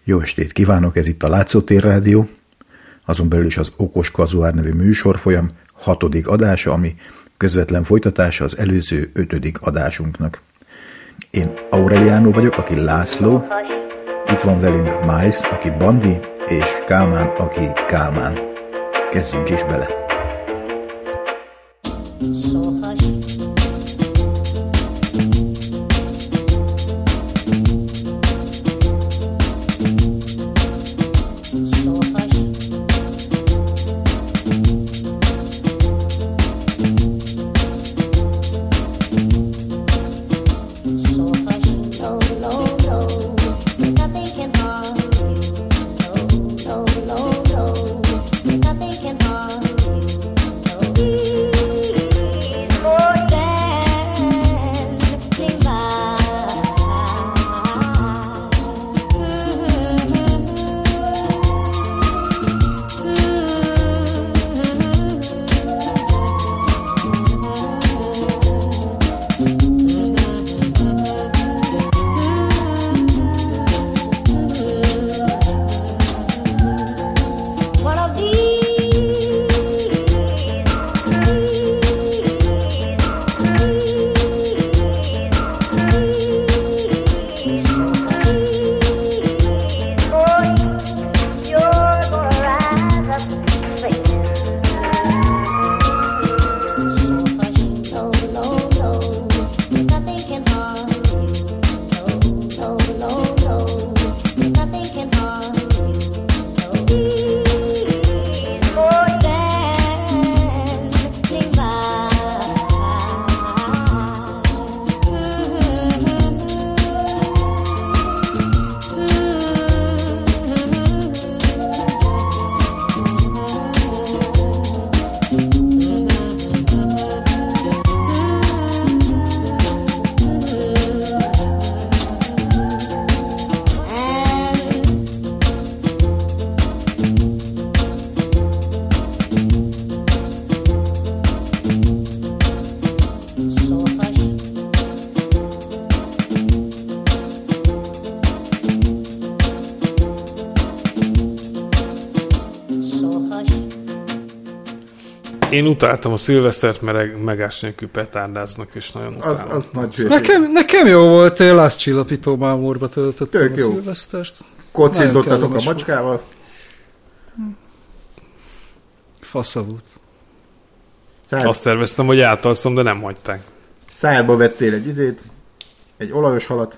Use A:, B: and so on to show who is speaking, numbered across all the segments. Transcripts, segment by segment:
A: Jó estét kívánok, ez itt a Látszótér Rádió, azon belül is az Okos Kazuár nevű műsorfolyam 6. adása, ami közvetlen folytatása az előző 5. adásunknak. Én Aureliano vagyok, aki László, itt van velünk Miles, aki Bandi, és Kálmán, aki Kálmán. Kezdjünk is bele!
B: Én utáltam a szilvesztert, mert megás nélkül petárdáznak, és nagyon utálom.
C: Az nagy
D: nekem jó volt, én lázcsillapító mámorba töltöttem a szilvesztert.
C: Kocindottatok a macskával.
D: Fasza volt.
B: Azt terveztem, hogy átalszom, de nem hagyták.
C: Szájadba vettél egy olajos halat,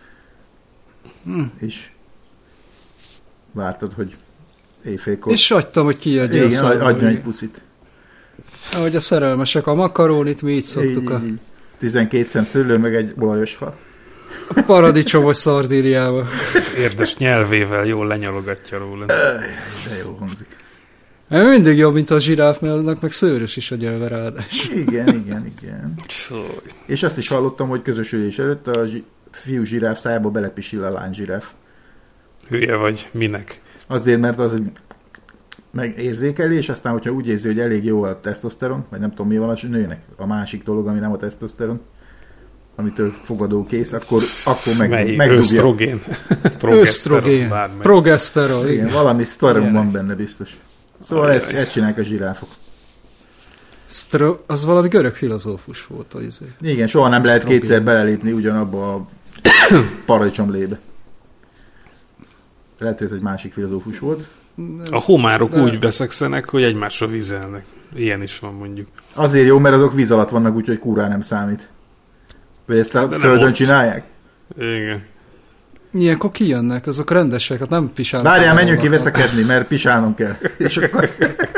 C: és vártad, hogy éjfélkor.
D: És hagytam, hogy kiadja a szarva.
C: Adjon egy puszit.
D: Ahogy a szerelmesek a makarónit, mi így szoktuk a...
C: 12 szem szőlő, meg egy olajos hal.
D: A paradicsomos szardíniával.
B: Érdes nyelvével jól lenyalogatja róla.
C: De jó hangzik.
D: Mindig jobb, mint a zsiráf, mert annak meg szőrös is a nyelve ráadás.
C: Igen. És azt is hallottam, hogy közösülés előtt a fiú zsiráf szájába belepisil a lány zsiráf.
B: Hülye vagy, minek?
C: Azért, mert az megérzékeli, és aztán, hogyha úgy érzi, hogy elég jó a tesztoszteron, vagy nem tudom mi van a nőnek, a másik dolog, ami nem a tesztoszteron, amitől fogadókész, akkor megdugja.
B: Ösztrogén.
D: Progeszteron.
C: Igen, valami sztoron van benne biztos. Szóval ezt csinálják a zsiráfok.
D: Az valami görög filozófus volt az izé.
C: Igen, soha nem lehet kétszer belelépni ugyanabba a paradicsomlébe. Lehet, hogy ez egy másik filozófus volt.
B: A homárok úgy beszekszenek, hogy egymásra vízelnek. Ilyen is van mondjuk.
C: Azért jó, mert azok víz alatt vannak, úgyhogy kurrá nem számít. Vagy ezt a földön csinálják?
B: Igen.
D: Ilyenkor kijönnek, azok rendesek, hát nem pisálnak.
C: Várjál, menjünk ki veszekedni, mert pisálnom kell. És akkor...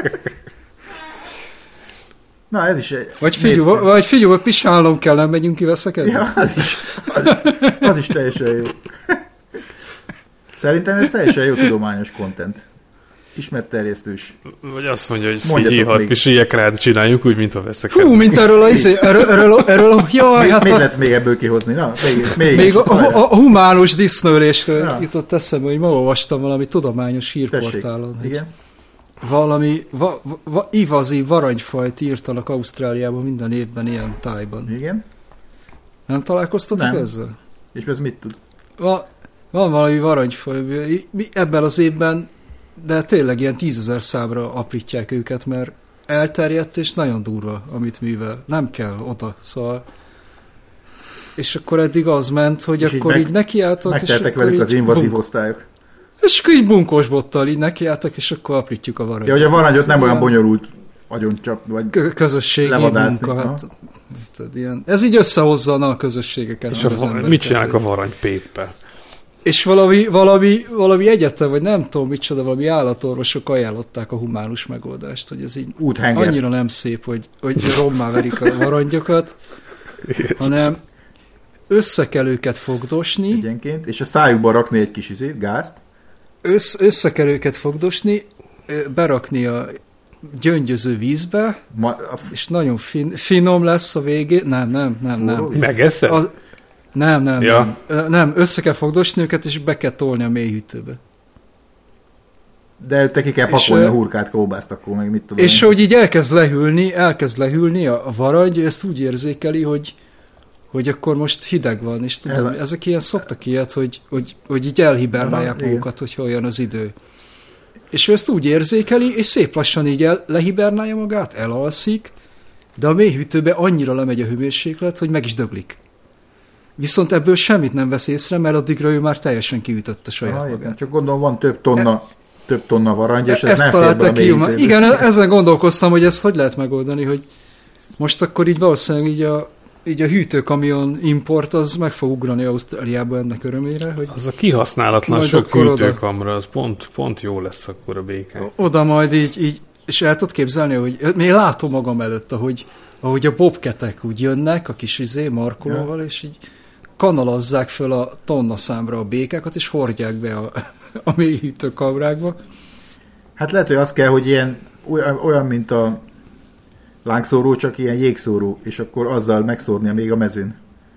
C: Na, ez is egy...
D: Vagy figyelj, hogy pisálnom kell, nem megyünk ki veszekedni?
C: Ja, az is teljesen jó. Szerintem ez teljesen jó tudományos content. Ismertterjesztős.
B: Vagy azt mondja, hogy figyelj, ha pisíjek rád, csináljuk úgy, mintha veszekedni.
D: Hú, mint erről jaj, hát...
C: Mit lehet még ebből kihozni? Na,
D: még a humánus disznőlésről jutott eszembe, hogy ma olvastam valami tudományos hírportálon.
C: Igen.
D: Valami igazi varangyfajt írtanak Ausztráliában minden évben ilyen tájban.
C: Igen.
D: Nem találkoztatok ezzel?
C: És ez mit tud?
D: Van valami varangyfaj, ebben az évben, de tényleg ilyen 10 000 számra aprítják őket, mert elterjedt és nagyon durva, amit művel. Nem kell oda, szóval. És akkor eddig az ment, hogy és akkor így nekiálltak.
C: Megteltek velük az invazív osztályok.
D: És akkor így bunkósbottal így nekiálltak, és akkor aprítjuk a varangyot.
C: Ja, hogy a varangyot nem olyan bonyolult agyoncsap, vagy
D: közösségi munka. Hát, ilyen. Ez így összehozza a közösségeket.
B: És mit csinálnak a varangypéppel?
D: És valami egyetem, vagy nem tudom micsoda, valami állatorvosok ajánlották a humánus megoldást, hogy ez így annyira nem szép, hogy rommá verik a varangyokat, hanem össze kell őket fogdosni.
C: Egyenként, és a szájukba rakni egy kis gázt.
D: Össze kell őket fogdosni, berakni a gyöngyöző vízbe, és nagyon finom lesz a végén. Nem.
B: Megeszed?
D: Nem, össze kell fogdosni őket, és be kell tolni a mélyhűtőbe.
C: De te ki kell pakolni a hurkát, kóbászt, akkor meg mit tudom.
D: És hogy így elkezd lehűlni a varangy, ezt úgy érzékeli, hogy akkor most hideg van, és tudom, ezek ilyen szoktak ilyet, hogy így elhibernálják magukat, hogyha olyan az idő. És ő ezt úgy érzékeli, és szép lassan így lehibernálja magát, elalszik, de a mélyhűtőbe annyira lemegy a hőmérséklet, hogy meg is döglik. Viszont ebből semmit nem vesz észre, mert addigra ő már teljesen kiütötte saját magát.
C: Csak gondolom, van több tonna varangy, és ez
D: nem fér be a mélyhűtőbe. Igen, ezen gondolkoztam, hogy ezt hogy lehet megoldani, hogy most akkor így valószínűleg így a hűtőkamion import az meg fog ugrani Ausztráliába ennek örömére. Hogy
B: az a kihasználatlan sok hűtőkamra, az pont jó lesz akkor a békán.
D: Oda majd így, és el tudod képzelni, hogy én látom magam előtt, ahogy a bobketek úgy jönnek a kis markolóval, és így kanalazzák föl a tonna számra a békákat, és hordják be a mély hűtőkamrákba.
C: Hát lehet, hogy az kell, hogy ilyen olyan, mint a lángszóró, csak ilyen jégszóró, és akkor azzal megszórnia még a mezőn.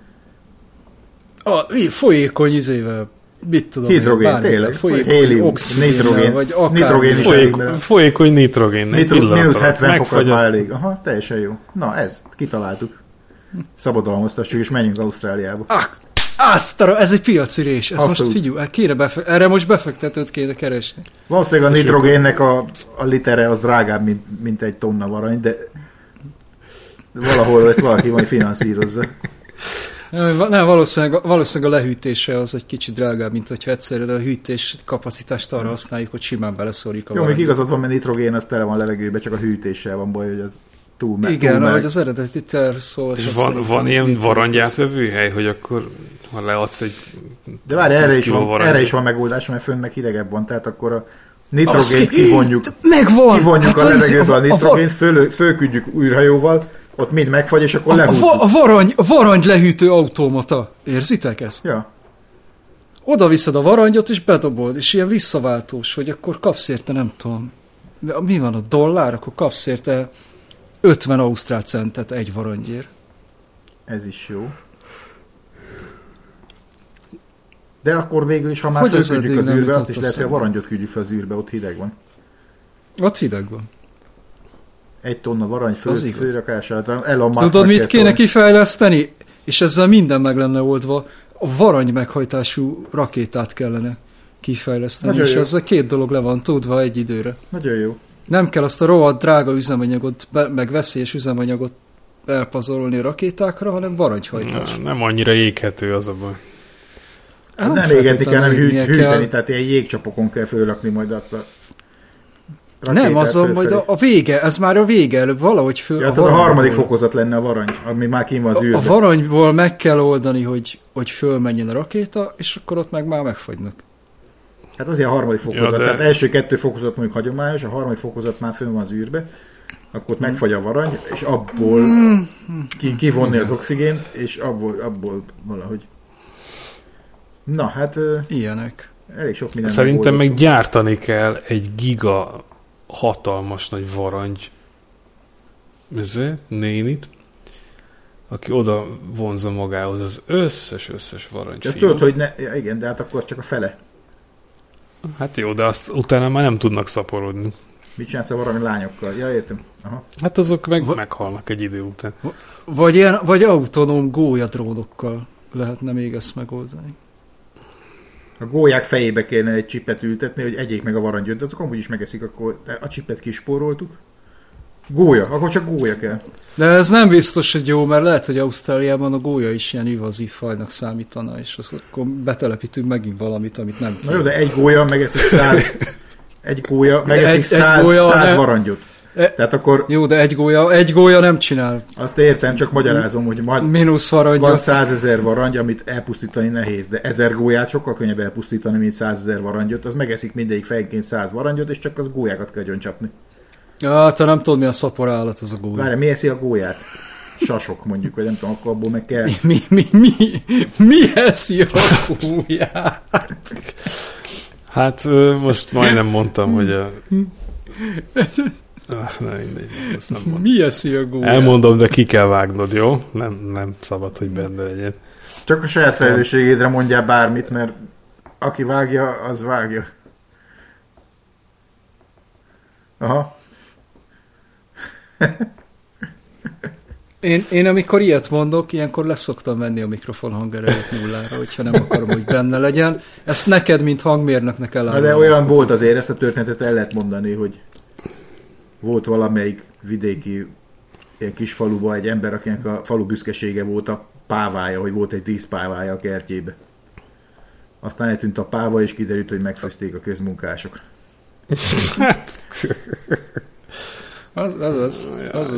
D: Folyékony izével, mit tudom.
C: Hidrogén, tényleg.
D: Folyékony oxigénnel, vagy akár.
C: Nitrogén is
B: folyékony nitrogén.
C: Mínusz 70 fok az már elég. Aha, teljesen jó. Na, ez, kitaláltuk. Szabadalmaztassuk, és menjünk Ausztráliába.
D: Ez egy piaci rés. Ezt most figyelj, erre most befektetőt kéne keresni.
C: Valószínűleg a nitrogénnek a litere az drágább, mint egy tonna varany, de valahol valaki majd finanszírozza.
D: Nem, valószínűleg a lehűtése az egy kicsit drágább, mint hogyha egyszerűen a hűtés kapacitást arra használjuk, hogy simán beleszórjuk a
C: varangyot. Jó, még igazad van, mert nitrogén az tele van levegőbe, csak a hűtéssel van baj, hogy az túl
D: igen, ahogy az eredeti terv szólt.
B: És van ilyen varangyátvevő hely, hogy akkor ha leadsz egy...
C: De várj, erre is van megoldás, mert fönn meg hidegebb van, tehát akkor a nitrogént kivonjuk a levegőbe a nitrogént, fölküldjük űrhajóval, ott mind megfagy, és akkor lehúzzuk.
D: A varangy lehűtő automata. Érzitek ezt?
C: Ja.
D: Oda viszed a varangyot, és bedobod, és ilyen visszaváltós, hogy akkor kapsz érte, nem tudom, mi van a dollár, akkor kapsz érte 50 ausztrál centet egy varangyért.
C: Ez is jó. De akkor végül is, ha már fölküldjük az űrbe, azt is lehet, hogy a varangyot küldjük fel az űrbe, ott hideg van.
D: Ott hideg van.
C: 1 tonna varangy fölrakását.
D: Tudod, mit kéne kifejleszteni? És ezzel minden meg lenne oldva. A varangy meghajtású rakétát kellene kifejleszteni. Nagyon és jó. Ezzel 2 dolog le van tudva egy időre.
C: Nagyon jó.
D: Nem kell azt a rohadt drága üzemanyagot, meg veszélyes üzemanyagot elpazarolni a rakétákra, hanem varangyhajtás.
B: Nem annyira éghető az a baj.
C: Nem égetni kell, hanem hűteni, tehát ilyen jégcsapokon kell fölrakni majd azt a rakétát.
D: Nem, azon majd a vége, ez már a vége előbb, valahogy föl...
C: Ja, a harmadik fokozat lenne a varany, ami már kín van az űrbe.
D: A varanyból meg kell oldani, hogy fölmenjen a rakéta, és akkor ott meg már megfagynak.
C: Hát azért a harmadik fokozat, tehát első 2 fokozat mondjuk hagyományos, a harmadik fokozat már fönn van az űrbe, akkor ott megfagy a varany, és abból kivonni az oxigént, és abból valahogy... Na, hát...
D: Ilyenek.
C: Elég sok minden.
B: Szerintem meg gyártani kell egy giga hatalmas nagy varangy nénit, aki oda vonza magához az összes varangy.
C: Ezt tudod, hogy igen, de hát akkor az csak a fele.
B: Hát jó, de azt utána már nem tudnak szaporodni.
C: Mit csinálsz a varangy lányokkal? Ja, értem. Aha.
B: Hát azok meghalnak egy idő után.
D: Vagy autonóm gólyadrónokkal lehetne még ezt megoldani.
C: A gólyák fejébe kéne egy csipet ültetni, hogy egyék meg a varangyot, de azok amúgy is megeszik, akkor a csipet kispóroltuk. Gólya, akkor csak gólya kell.
D: De ez nem biztos, hogy jó, mert lehet, hogy Ausztráliában a gólya is ilyen invazív fajnak számítana, és akkor betelepítünk megint valamit, amit nem kell.
C: Na jó, de egy gólya megeszik 100 varangyot. Tehát akkor...
D: Jó, de egy gólya nem csinál.
C: Azt értem, csak magyarázom, hogy
D: mínusz varangyot.
C: Van 100 000 varangy, amit elpusztítani nehéz, de 1000 gólyát sokkal könnyebb elpusztítani, mint 100 000 varangyot. Az megeszik mindegyik fejenként 100 varangyot, és csak az gólyákat kell csapni.
D: Ja, te nem tudod, milyen szaporállat ez a gólya.
C: Várj, mi eszi a gólyát? Sasok mondjuk, vagy nem tudom, akkor abból meg kell...
D: Mi eszi a gólyát?
B: Hát most majdnem mondtam, hogy a...
D: Mi eszi a gólyát?
B: Elmondom, de ki kell vágnod, jó? Nem szabad, hogy benne legyen.
C: Csak a saját felelősségédre mondjál bármit, mert aki vágja, az vágja. Aha.
D: Én amikor ilyet mondok, ilyenkor leszoktam venni a mikrofon hangerejét nullára, hogyha nem akarom, hogy benne legyen. Ezt neked, mint hangmérnöknek elárulom.
C: De olyan volt azért, ezt a történetet el lehet mondani, hogy volt valamelyik vidéki ilyen kis faluban egy ember, akinek a falu büszkesége volt a pávája, hogy volt egy díszpávája a kertjébe. Aztán eltűnt a páva, és kiderült, hogy megfőzték a közmunkások.
B: Hát...
D: Az.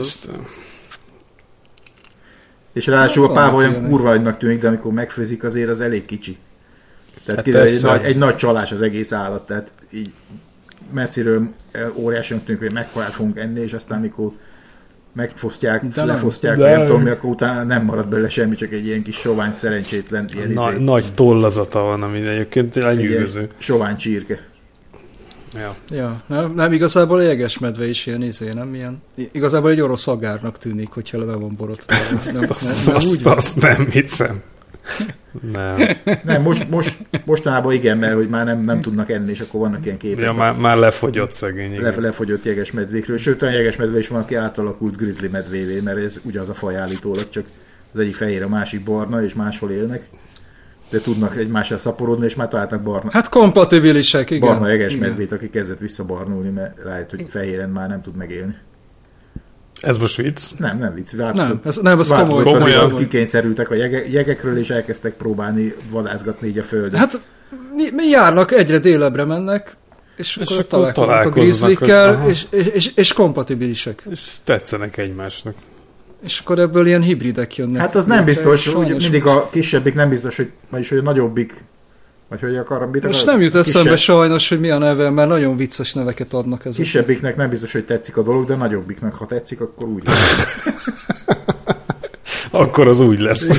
C: És ráadásul a páva olyan kurva nagynak tűnik, de amikor megfőzik, azért az elég kicsi. Tehát hát egy nagy csalás az egész állat, tehát így messziről óriásinak tűnik, hogy mekkorát fogunk enni, és aztán mikor megfosztják, lefosztják, nem tudom mi, akkor utána nem marad belőle semmi, csak egy ilyen kis sovány, szerencsétlen ilyen
B: nagy tollazata van, ami egyébként lenyűgöző.
C: Sovány csirke.
D: Ja, nem igazából jegesmedve is ilyen nem ilyen. Igazából egy orosz agárnak tűnik, hogyha le van borotva.
B: Azt nem hiszem.
C: Nem, mostanában igen, mert hogy már nem tudnak enni, és akkor vannak ilyen képek.
B: Ja, már lefogyott szegény.
C: Lefogyott jegesmedvékről. Sőt, olyan jegesmedve is van, aki átalakult grizzly medvévé, mert ez ugyanaz a faj állítólag, csak az egyik fehér, a másik barna, és máshol élnek. De tudnak egymással szaporodni, és már találtak barna.
D: Hát kompatibilisek, igen.
C: Barna jegesmedvét, aki kezdett visszabarnulni, mert rájött, hogy fehéren már nem tud megélni.
B: Ez most vicc?
C: Nem vicc.
D: Ez
C: komoly. Kikényszerültek a jegekről, és elkezdtek próbálni vadászgatni így a földön.
D: Hát mi járnak, egyre délebbre mennek, és akkor találkoznak a grizzlikkel, és kompatibilisek.
B: És tetszenek egymásnak.
D: És akkor ebből ilyen hibridek jönnek.
C: Hát az nem biztos, hogy mindig a kisebbik nem biztos, vagyis hogy a nagyobbik, vagy hogy akarom.
D: Most nem jut eszembe sajnos, hogy mi a neve, mert nagyon vicces neveket adnak ezek.
C: Kisebbiknek nem biztos, hogy tetszik a dolog, de nagyobbiknak, ha tetszik, akkor úgy lesz.
B: Akkor az úgy lesz.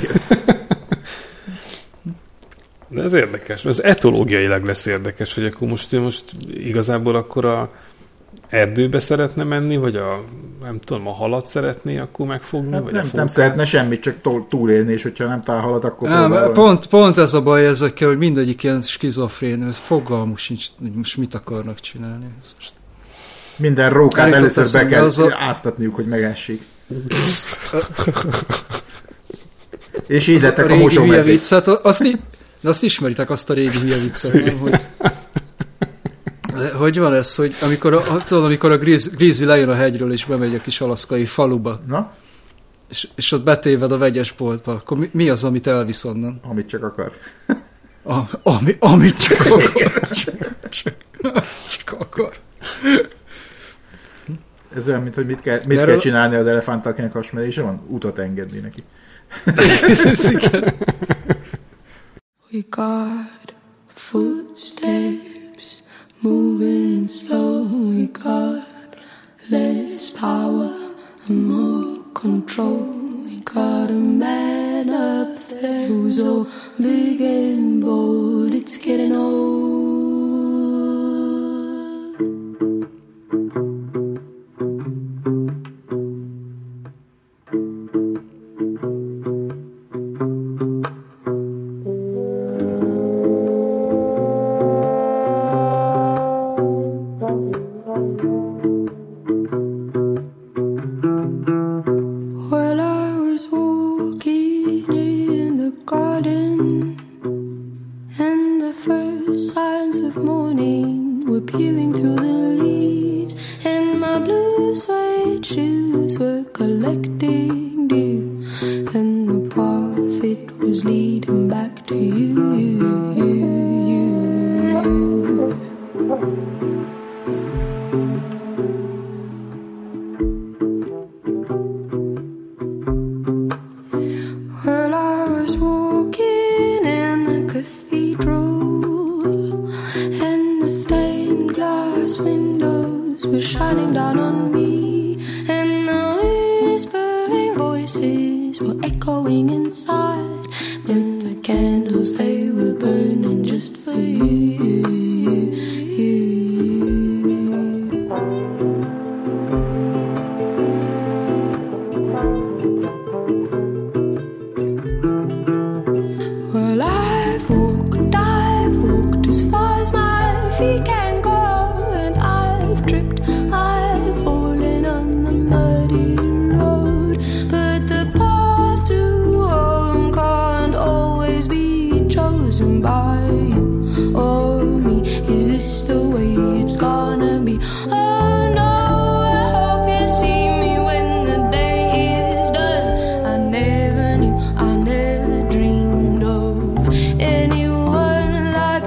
B: De ez érdekes, ez etológiailag lesz érdekes, hogy akkor most igazából akkor a erdőbe szeretne menni, vagy nem tudom, a halat szeretné akkor megfogni,
C: hát
B: vagy
C: nem szeretne semmit, csak túlélni, és hogyha nem talál halat, akkor
D: pont ez a baj ezekkel, hogy mindegyik ilyen skizofrén, fogalmuk sincs, most mit akarnak csinálni. Most...
C: Minden rókát először be kell áztatniuk, hogy megessék. És ízettek a mosómedvét.
D: Azt ismeritek, azt a régi hülye viccet, nem? Hogy van ez, hogy amikor a grizzly lejön a hegyről, és bemegy a kis alaszkai faluba, és ott betéved a vegyesboltba, akkor mi az, amit elvisz onnan?
C: Amit csak akar.
D: Amit csak akar. Csak akar.
C: Ez olyan, mint hogy mit kell csinálni az elefánttal, akinek hasmerése van? Utat engedni neki.
E: We got footsteps moving slow, we got less power and more control. We got a man up there who's so big and bold, it's getting old. Well, I was walking in the garden of morning were peering through the leaves, and my blue suede shoes were collecting dew, and the path it was leading back to you. Well, I was walking in the cathedral, and the stained glass windows were shining down on me, and the whispering voices were echoing inside, and the candles, they were burning just for you. Well, I've walked as far as my feet can go, and I've tripped, I've fallen on the muddy road, but the path to home can't always be chosen by you or me. Is this the way it's gonna be? Oh no, I hope you see me when the day is done. I never knew, I never dreamed of anyone like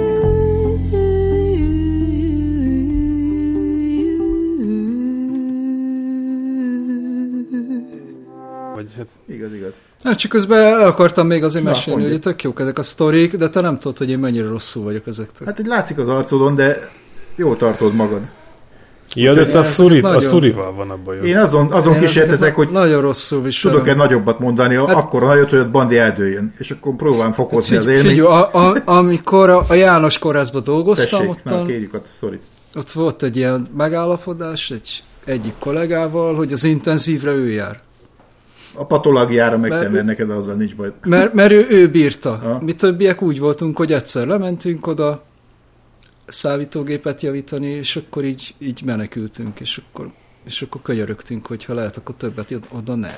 B: Vagy hát
C: Igaz.
D: Hát csak közben el akartam még azért mesélni,
C: mondja.
D: hogy tök jók ezek a sztorik, de te nem tudod, hogy én mennyire rosszul vagyok ezektől.
C: Hát így látszik az arcodon, de jól tartod magad.
B: ja, de te a
D: nagyon-
B: szurival van a bajod.
C: Én azon
D: Én
C: kísértezek,
D: ezeket
C: hogy
D: nagyon rosszul viselem.
C: tudok-e nagyobbat mondani, akkora nagyot, hogy a Bandi eldőjön. És akkor próbálom fokozni az élményt.
D: Figyelj, amikor a János kórházban dolgoztam,
C: Tessék, na, kérjük a sztorit.
D: ott volt egy ilyen megállapodás egyik kollégával, hogy az intenzívre ő jár.
C: A patológiára meg te,
D: Mert-
C: mert neked azzal nincs baj.
D: Mert ő bírta.
C: Ha.
D: Mi többiek úgy voltunk, hogy egyszer lementünk oda számítógépet javítani, és akkor így menekültünk, és akkor könyörögtünk, hogy ha lehet, akkor többet oda ne.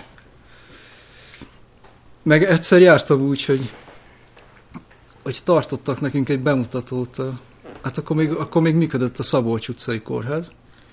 D: Meg egyszer jártam úgy, hogy tartottak nekünk egy bemutatót, hát akkor még működött a Szabolcs utcai kórház,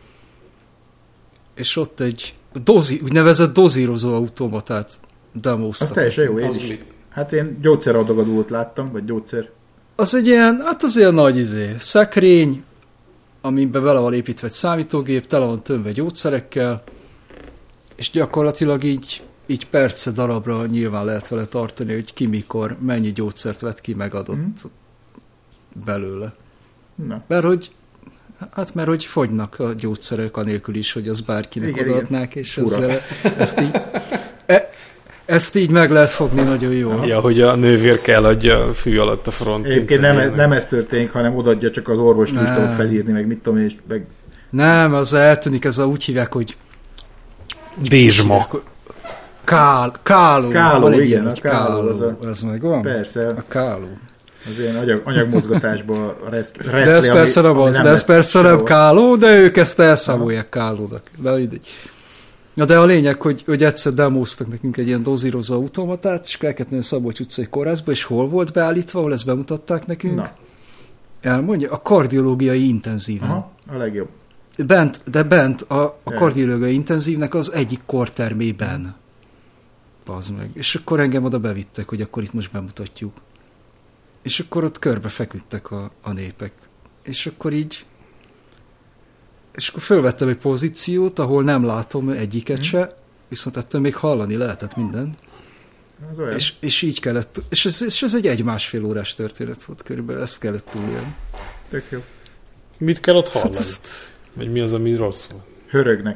D: és ott egy úgynevezett dozírozó automatát demóztak.
C: Az teljesen jó, én
B: Az
C: is.
B: mi?
C: Hát én gyógyszeradagadót láttam, vagy gyógyszer.
D: Az egy ilyen, hát az ilyen nagy szekrény, amiben bele van építve egy számítógép, tele van tömve gyógyszerekkel, és gyakorlatilag így perce darabra nyilván lehet vele tartani, hogy ki mikor, mennyi gyógyszert vett ki, megadott belőle.
C: Na,
D: Mert hogy fogynak a gyógyszerek anélkül is, hogy az bárkinek
C: Igen,
D: odaadnák, és
C: Fura.
D: ezt így meg lehet fogni nagyon jól.
B: Ja, hogy a nővér kell adja a fű alatt a frontin.
C: egyébként nem ez történik, hanem odaadja csak az orvos listót felírni, meg mit tudom én, és meg
D: Nem, az eltűnik, ez úgy hívják, hogy
B: Dézsma.
D: Káló. Van egy
C: igen,
D: ilyen,
C: a
D: hogy
C: káló, az a-
D: Ez megvan?
C: persze,
D: A káló.
C: az ilyen anyagmozgatásban resztli,
D: De ez persze nem az, de ez persze nem káló, de ők ezt elszámolják kálónak. De mindegy. Na de a lényeg, hogy egyszer demóztak nekünk egy ilyen dozírozó automatát, és kellett menni a Szabolcs utcai kórházba, és hol volt beállítva, ahol ezt bemutatták nekünk?
C: Na,
D: Elmondja, a kardiológiai intenzíven.
C: aha, a legjobb.
D: Bent a kardiológiai intenzívnek az egyik kortermében. Bazd meg. És akkor engem oda bevittek, hogy akkor itt most bemutatjuk. És akkor ott körbe feküdtek a népek. És akkor fölvettem egy pozíciót, ahol nem látom egyiket se, viszont ettől még hallani lehetett minden.
C: Az olyan.
D: És így kellett, és ez egy 1,5 órás történet volt körülbelül, ezt kellett túlélni.
C: Tök jó.
B: Mit kell ott hallani?
D: Hát ezt,
B: Vagy mi az, ami rosszul?
C: Hörögnek.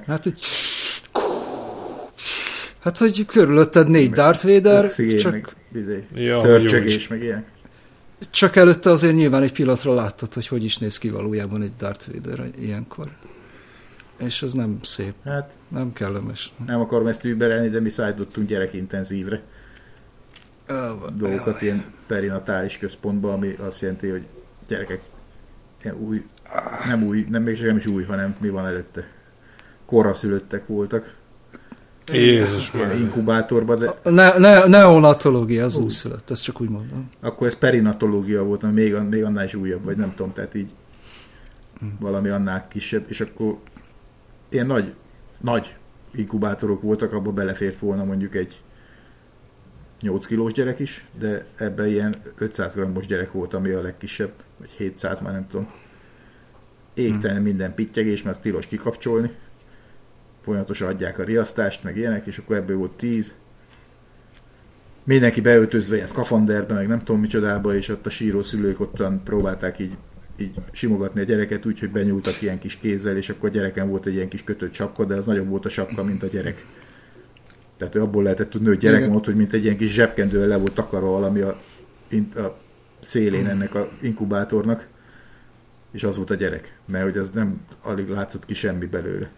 D: hogy körülötted 4 Darth Vader,
C: Oxigén, meg
B: Ja,
C: szörcsögés, meg ilyen.
D: csak előtte azért nyilván egy pillanatra láttad, hogy is néz ki valójában egy Darth Vader ilyenkor. És ez nem szép,
C: Hát
D: nem kellemes.
C: nem akarom ezt überelni, de mi szállítottunk gyerekintenzívre dolgokat ilyen perinatális központba, ami azt jelenti, hogy gyerekek ilyen nem is új, hanem mi van előtte. Korra szülöttek voltak.
B: Jézus már.
C: Inkubátorba, de
D: Neonatológia, az úgy született, ezt csak úgy mondom.
C: akkor ez perinatológia volt, ami még annál is újabb, vagy nem tudom, tehát így valami annál kisebb, és akkor ilyen nagy inkubátorok voltak, abba belefért volna mondjuk egy 8 kilós gyerek is, de ebben ilyen 500 grammos gyerek volt, ami a legkisebb, vagy 700, már nem tudom. Égtelen minden pittyegés, mert azt tilos kikapcsolni. Folyamatosan adják a riasztást, meg ilyenek, és akkor ebből volt 10. Mindenki beöltözve ilyen szkafanderbe, meg nem tudom micsodába, és ott a síró szülők ottan próbálták így simogatni a gyereket úgy, hogy benyúltak ilyen kis kézzel, és akkor a gyereken volt egy ilyen kis kötött sapka, de az nagyobb volt a sapka, mint a gyerek. Tehát abból lehetett tudni, hogy gyerek volt, hogy mint egy ilyen kis zsebkendővel le volt takarva valami a szélén ennek a inkubátornak, és az volt a gyerek, mert hogy az nem alig látszott ki semmi belőle.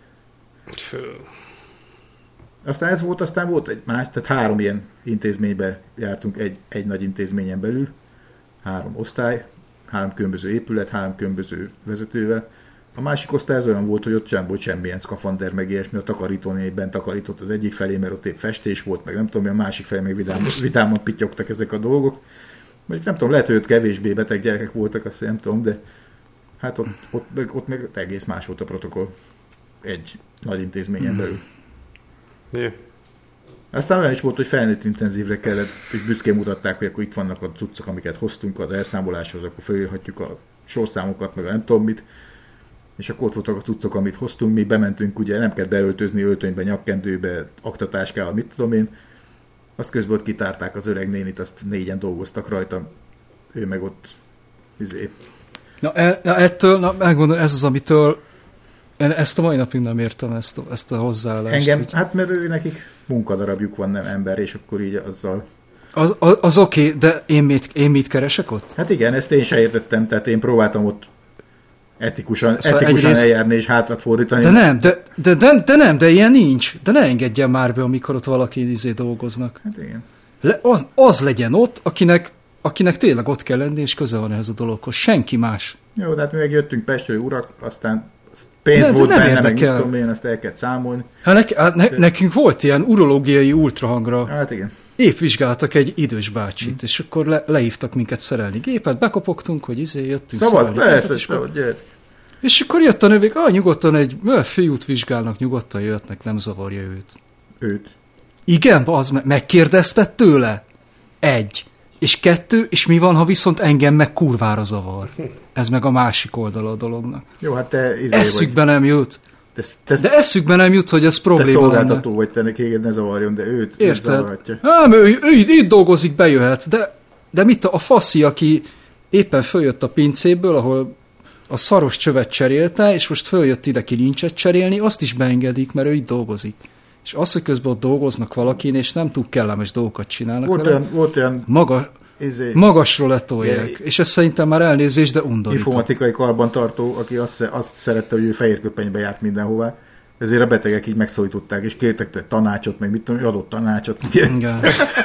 C: Aztán ez volt, aztán volt egy más, tehát 3 ilyen intézménybe jártunk egy nagy intézményen belül, 3 osztály, 3 különböző épület, 3 különböző vezetővel. A másik osztály az olyan volt, hogy ott sem volt semmilyen szkafander, meg ilyesmi, a takarítónél bent takarított az egyik felé, mert ott épp festés volt, meg nem tudom, a másik felé még vidáman pittyogtak ezek a dolgok. Mondjuk nem tudom, lehet, hogy ott kevésbé beteg gyerekek voltak, azt nem tudom, de hát ott meg egész más volt a protokoll egy nagy intézményen belül.
B: Yeah.
C: Aztán olyan is volt, hogy felnőtt intenzívre kellett, hogy büszkén mutatták, hogy akkor itt vannak a cuccok, amiket hoztunk az elszámoláshoz, akkor felírhatjuk a sorszámokat, meg a nem tudom mit, és akkor ott voltak a cuccok, amit hoztunk, mi bementünk, ugye nem kell beöltözni öltönybe, nyakkendőbe, aktatáskával, mit tudom én, azt közben ott kitárták az öreg nénit, azt 4-en dolgoztak rajta, ő meg ott
D: ettől, megmondom, ez az, amitől én ezt a mai napig nem értem, ezt a hozzáállást.
C: Engem,
D: hogy...
C: hát mert nekik munkadarabjuk van, nem ember, és akkor így azzal...
D: Az oké, de én mit keresek ott?
C: Hát igen, ezt én se értettem, tehát én próbáltam ott etikusan
D: egyrészt...
C: eljárni és hátat fordítani.
D: De ilyen nincs. De ne engedjen már be, amikor ott valaki dolgoznak.
C: Hát igen.
D: Az legyen ott, akinek tényleg ott kell lenni, és köze van ehhez a dologhoz. Senki más.
C: Jó, de hát mi megjöttünk Pestről, urak, aztán pénz volt benne, meg mit tudom én, azt el kellett számolni.
D: Nekünk volt ilyen urológiai ultrahangra.
C: Hát igen.
D: Épp vizsgáltak egy idős bácsit, és akkor lehívtak minket szerelni gépet, bekopogtunk, hogy jöttünk
C: szabad,
D: szerelni gépet. És akkor jött a nővék, nyugodtan egy fiút vizsgálnak, nyugodtan jöhetnek, nem zavarja őt. Igen, az megkérdezted tőle? 1. És 2, és mi van, ha viszont engem meg kurvára zavar? Ez meg a másik oldala a dolognak.
C: Jó, hát te
D: eszükbe nem jut. De eszükbe nem jut, hogy ez probléma
C: lenne. Te szolgáltató vagy, te neked ne zavarjon, de őt zavarhatja.
D: Ő itt dolgozik, bejöhet, de mit a faszi, aki éppen följött a pincéből, ahol a szaros csövet cserélte, és most följött ide kilincset cserélni, azt is beengedik, mert ő itt dolgozik. És az, hogy közben ott dolgoznak valakin, és nem túl kellemes dolgokat csinálnak.
C: Volt olyan
D: magasról letolják. És ez szerintem már elnézés, de undorító.
C: Informatikai karbantartó, aki azt szerette, hogy ő fehér köpenybe járt mindenhová. Ezért a betegek így megszólították, és kértek tőle tanácsot, meg mit tudom, adott tanácsot.
D: Igen.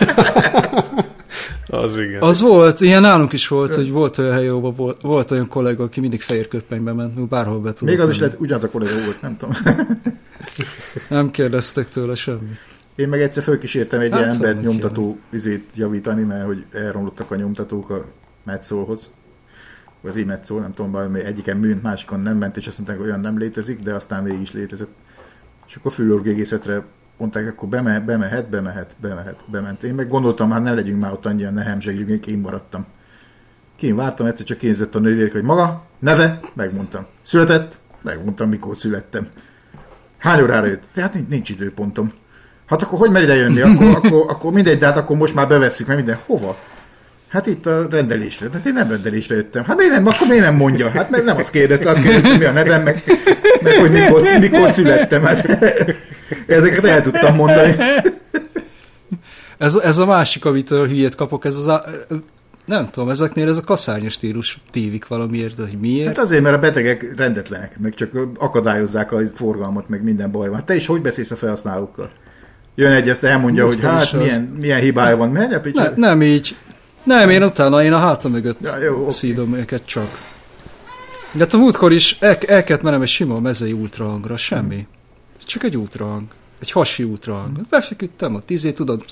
B: Az igen.
D: Az volt, ilyen nálunk is volt, hogy volt olyan hely, ahol volt olyan kollega, aki mindig fehér köpenybe ment, bárhol be tudott.
C: Még az is lehet, ugyanaz a kollega volt, nem tudom.
D: Nem kérdeztek tőle semmit.
C: Én meg egyszer fölkísértem egy ilyen embert nyomtató javítani, mert hogy elromlottak a nyomtatók a Metszolhoz. Az e-Metszol, nem tudom, valami egyiken műnt, másikon nem ment, és azt mondták, hogy olyan nem létezik, de aztán végig is létezett. És akkor fülorgégészetre mondták, akkor bement. Én meg gondoltam, hát ne legyünk már ott annyian, ne hemzsegjünk, én maradtam. Kint vártam, egyszer csak kérdezett a nővér, hogy maga, neve, megmondtam. Született, megmondtam, mikor születtem. Hány órára jött? Tehát nincs időpontom. Hát akkor hogy mer ide jönni? Akkor mindegy, de hát akkor most már bevesszük, mert minden. Hova? Hát itt a rendelésre. De hát én nem rendelésre jöttem. Hát akkor miért nem mondja? Hát meg nem azt kérdeztem, mi a nevem, meg hogy mikor születtem. Hát ezeket el tudtam mondani.
D: Ez a másik, amitől hülyét kapok, nem tudom, ezeknél ez a kaszárnyas stílus tívik valamiért, hogy miért?
C: Hát azért, mert a betegek rendetlenek, meg csak akadályozzák a forgalmat, meg minden baj van. Te is hogy beszélsz a felhasználókkal? Jön egy, azt elmondja, hogy hát milyen hibája van.
D: Nem így. Nem, én a hátam mögött szídom őket csak. De hát a múltkor is el kellett mennem egy sima mezei ultrahangra, semmi. Csak egy ultrahang. egy hasi útrahangot. Befeküdtem, a 10 tudod.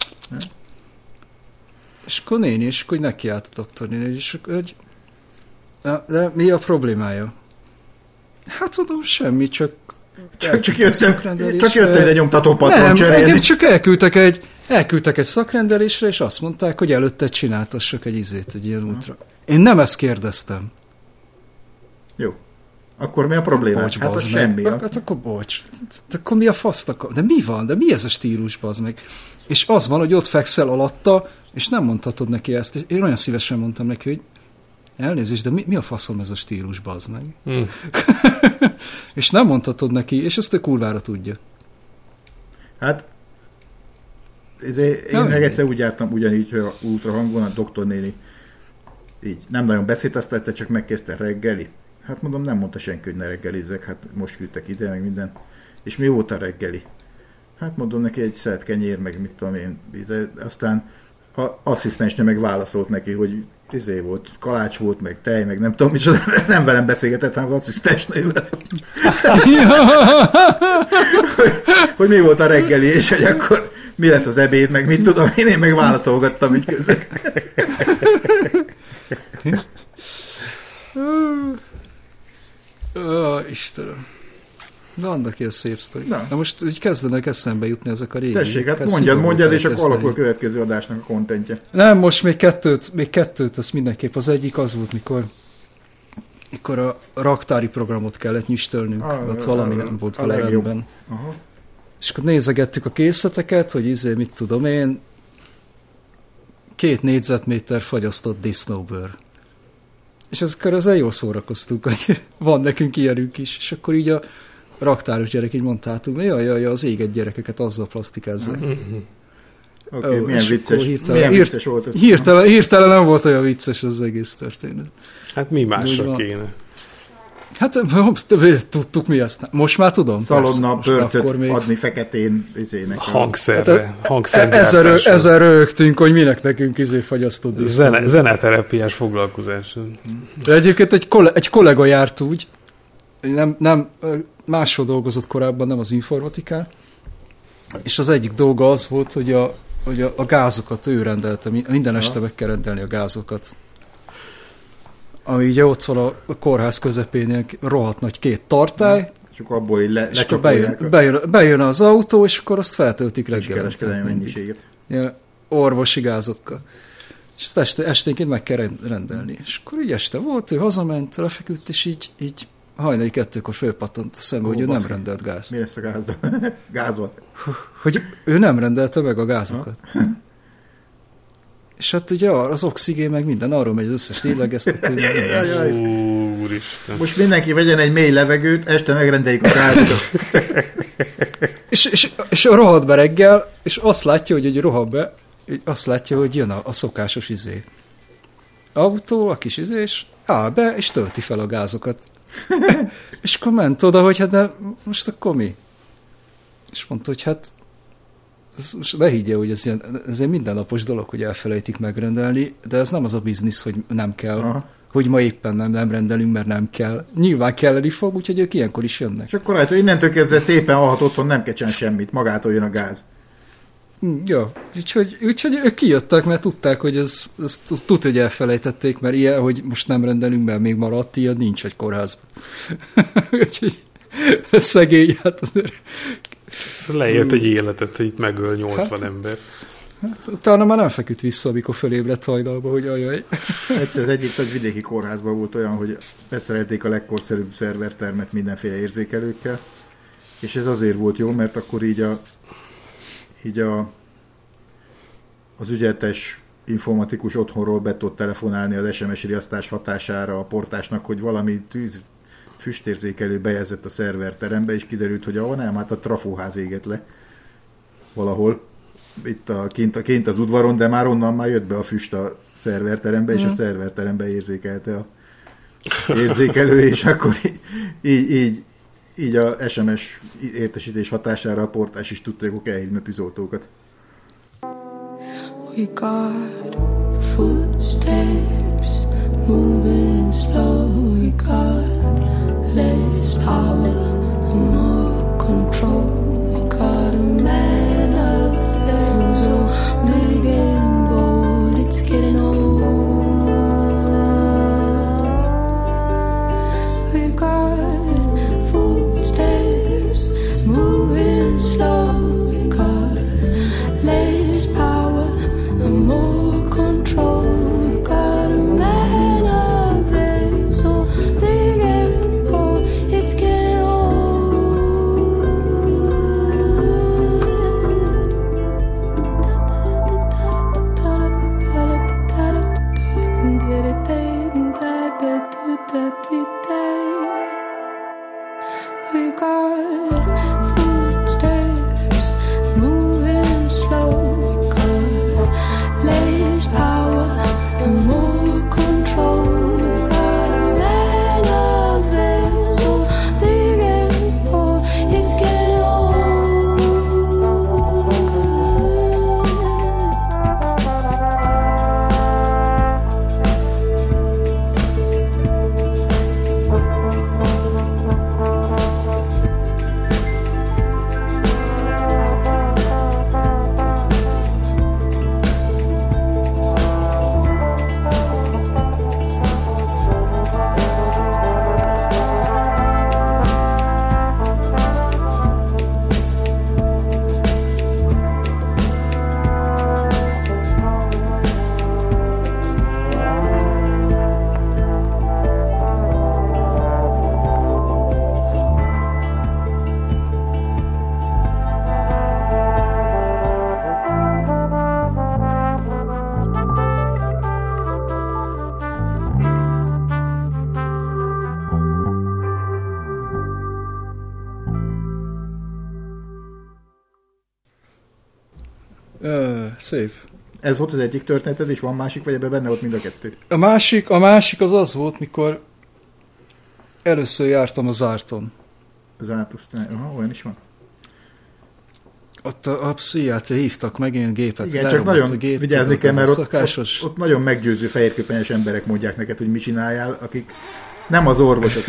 D: És akkor néni, és akkor nekiállt a doktornéni, és hogy de mi a problémája? Hát tudom, semmi, csak
C: jött egy nyomtatópatron cserélni.
D: Nem, csak elküldtek egy szakrendelésre, és azt mondták, hogy előtte csináltassak egy ilyen útra. Én nem ezt kérdeztem.
C: Jó. Akkor mi a probléma?
D: Bocs,
C: hát az semmi.
D: Hát akkor bocs. Akkor mi a faszt akar? De mi van? De mi ez a stílus, bazd meg? És az van, hogy ott fekszel alatta, és nem mondhatod neki ezt. Én olyan szívesen mondtam neki, hogy elnézést, de mi a faszom ez a stílus, bazd meg? És nem mondhatod neki, és ezt ő kurvára tudja.
C: Hát én meg egyszer úgy jártam ugyanígy, hogy a ultrahangon a doktornéni így nem nagyon beszélt, azt egyszer csak megkezdte reggeli. Hát mondom, nem mondta senki, hogy ne reggelizzek, hát most küldtek ide, meg minden. És mi volt a reggeli? Hát mondom neki egy szelt kenyér, meg mit tudom én. Aztán az asszisztensnő meg válaszolt neki, hogy volt, kalács volt, meg tej, meg nem tudom micsoda, nem velem beszélgetett, hanem az asszisztensnővel. hogy mi volt a reggeli, és hogy akkor mi lesz az ebéd, meg mit tudom, én meg válaszolgattam így közben.
D: Istenem. Vannak ilyen szép sztori. Na most úgy kezdenek eszembe jutni ezek a régi.
C: Tessék, hát mondjad, és akkor alakul a következő adásnak a kontentje.
D: Nem, most még kettőt, az mindenképp. Az egyik az volt, mikor a raktári programot kellett nyüstölnünk, ott valami nem volt vele rendben. Aha. És akkor nézegettük a készleteket, hogy mit tudom én, 2 négyzetméter fagyasztott disznóbőr. És ezzel jól szórakoztunk, hogy van nekünk ilyenünk is. És akkor így a raktáros gyerek így mondtátunk, jaj, az éget gyerekeket azzal plastikázzák.
C: Oké, milyen vicces volt ez.
D: Hirtelen nem volt olyan vicces az egész történet.
B: Hát mi másra kéne?
D: Hát tudtuk mi ezt. Most már tudom.
C: Szalonna pörcöt adni feketén izének.
B: Hangszerre.
D: Ezzel rögtünk, hogy minek nekünk fagyasztott disznót.
B: Zeneterápiás foglalkozás.
D: De egyébként egy kollega járt úgy, nem máshol dolgozott korábban, nem az informatikán, és az egyik dolga az volt, hogy a gázokat ő rendelte, minden este meg kell rendelni a gázokat. Ami ugye ott van a kórház közepén, ilyen rohadt nagy 2 tartály,
C: és akkor abból így
D: bejön az autó, és akkor azt feltöltik reggel.
C: Kereskedelmi mennyiséget.
D: Ja, orvosi gázokkal. És ezt esténként meg kell rendelni. És akkor így este volt, ő hazament, lefeküdt, és így hajnali 2-kor fölpattant a szembe, hogy ő nem rendelt gázt.
C: Mi lesz a gázzal? Gázzal?
D: Hogy ő nem rendelte meg a gázokat. És hát ugye az oxigén meg minden, arról megy az összes lélegeztető.
B: Úristen.
C: Most mindenki vegyen egy mély levegőt, este megrendeljük a gázot.
D: és rohad be reggel, és azt látja, hogy rohad be, azt látja, hogy jön a szokásos autó, a kis és áll be, és tölti fel a gázokat. És akkor ment oda, hogy hát de most akkor mi? És mondta, hogy hát ne higgye, hogy ez egy mindennapos dolog, hogy elfelejtik megrendelni, de ez nem az a biznisz, hogy nem kell. Aha. Hogy ma éppen nem rendelünk, mert nem kell. Nyilván kelleni fog, úgyhogy ők ilyenkor is jönnek.
C: És akkor hát, hogy innentől kezdve szépen alhat otthon, nem kell semmit, magától jön a gáz.
D: Ja, úgyhogy ők kijöttek, mert tudták, hogy ezt tudja, hogy elfelejtették, mert ilyen, hogy most nem rendelünk, mert még maradt, ilyen nincs egy kórházban. Úgyhogy szegény, hát azért...
B: Leélt egy életet, hogy itt megöl 80 ember.
D: Hát, utána már nem feküdt vissza, amikor fölébredt hajnalba, hogy ajaj.
C: Egyszer az egyik vidéki kórházban volt olyan, hogy beszerelték a legkorszerűbb szervertermet mindenféle érzékelőkkel, és ez azért volt jó, mert akkor így az ügyeletes informatikus otthonról be tudott telefonálni az SMS riasztás hatására a portásnak, hogy valami füstérzékelő bejegyzett a szerverterembe, és kiderült, hogy nem, hát a trafóház égett le valahol, itt kint az udvaron, de már onnan már jött be a füst a szerverterembe, és a szerverterembe érzékelte a érzékelő, és akkor így a SMS értesítés hatására a portás is tudta, hogy elhívni a tűzoltókat.
E: We got footsteps moving slow, we got less power and more control, we got happy day. We got footsteps moving slow. We got less power and more control. We got a man up there so big and bold. It's getting old.
D: Szép.
C: Ez volt az egyik történeted, és van másik, vagy ebben benne volt mind a kettő?
D: A másik az volt, mikor először jártam az Árton.
C: Az Ártosztály, olyan is van.
D: Ott a pszichiátra hívtak meg ilyen gépet.
C: Igen, csak nagyon vigyázni kell, mert ott nagyon meggyőző fehérköpenyes emberek mondják neked, hogy mit csináljál, akik nem az orvosok.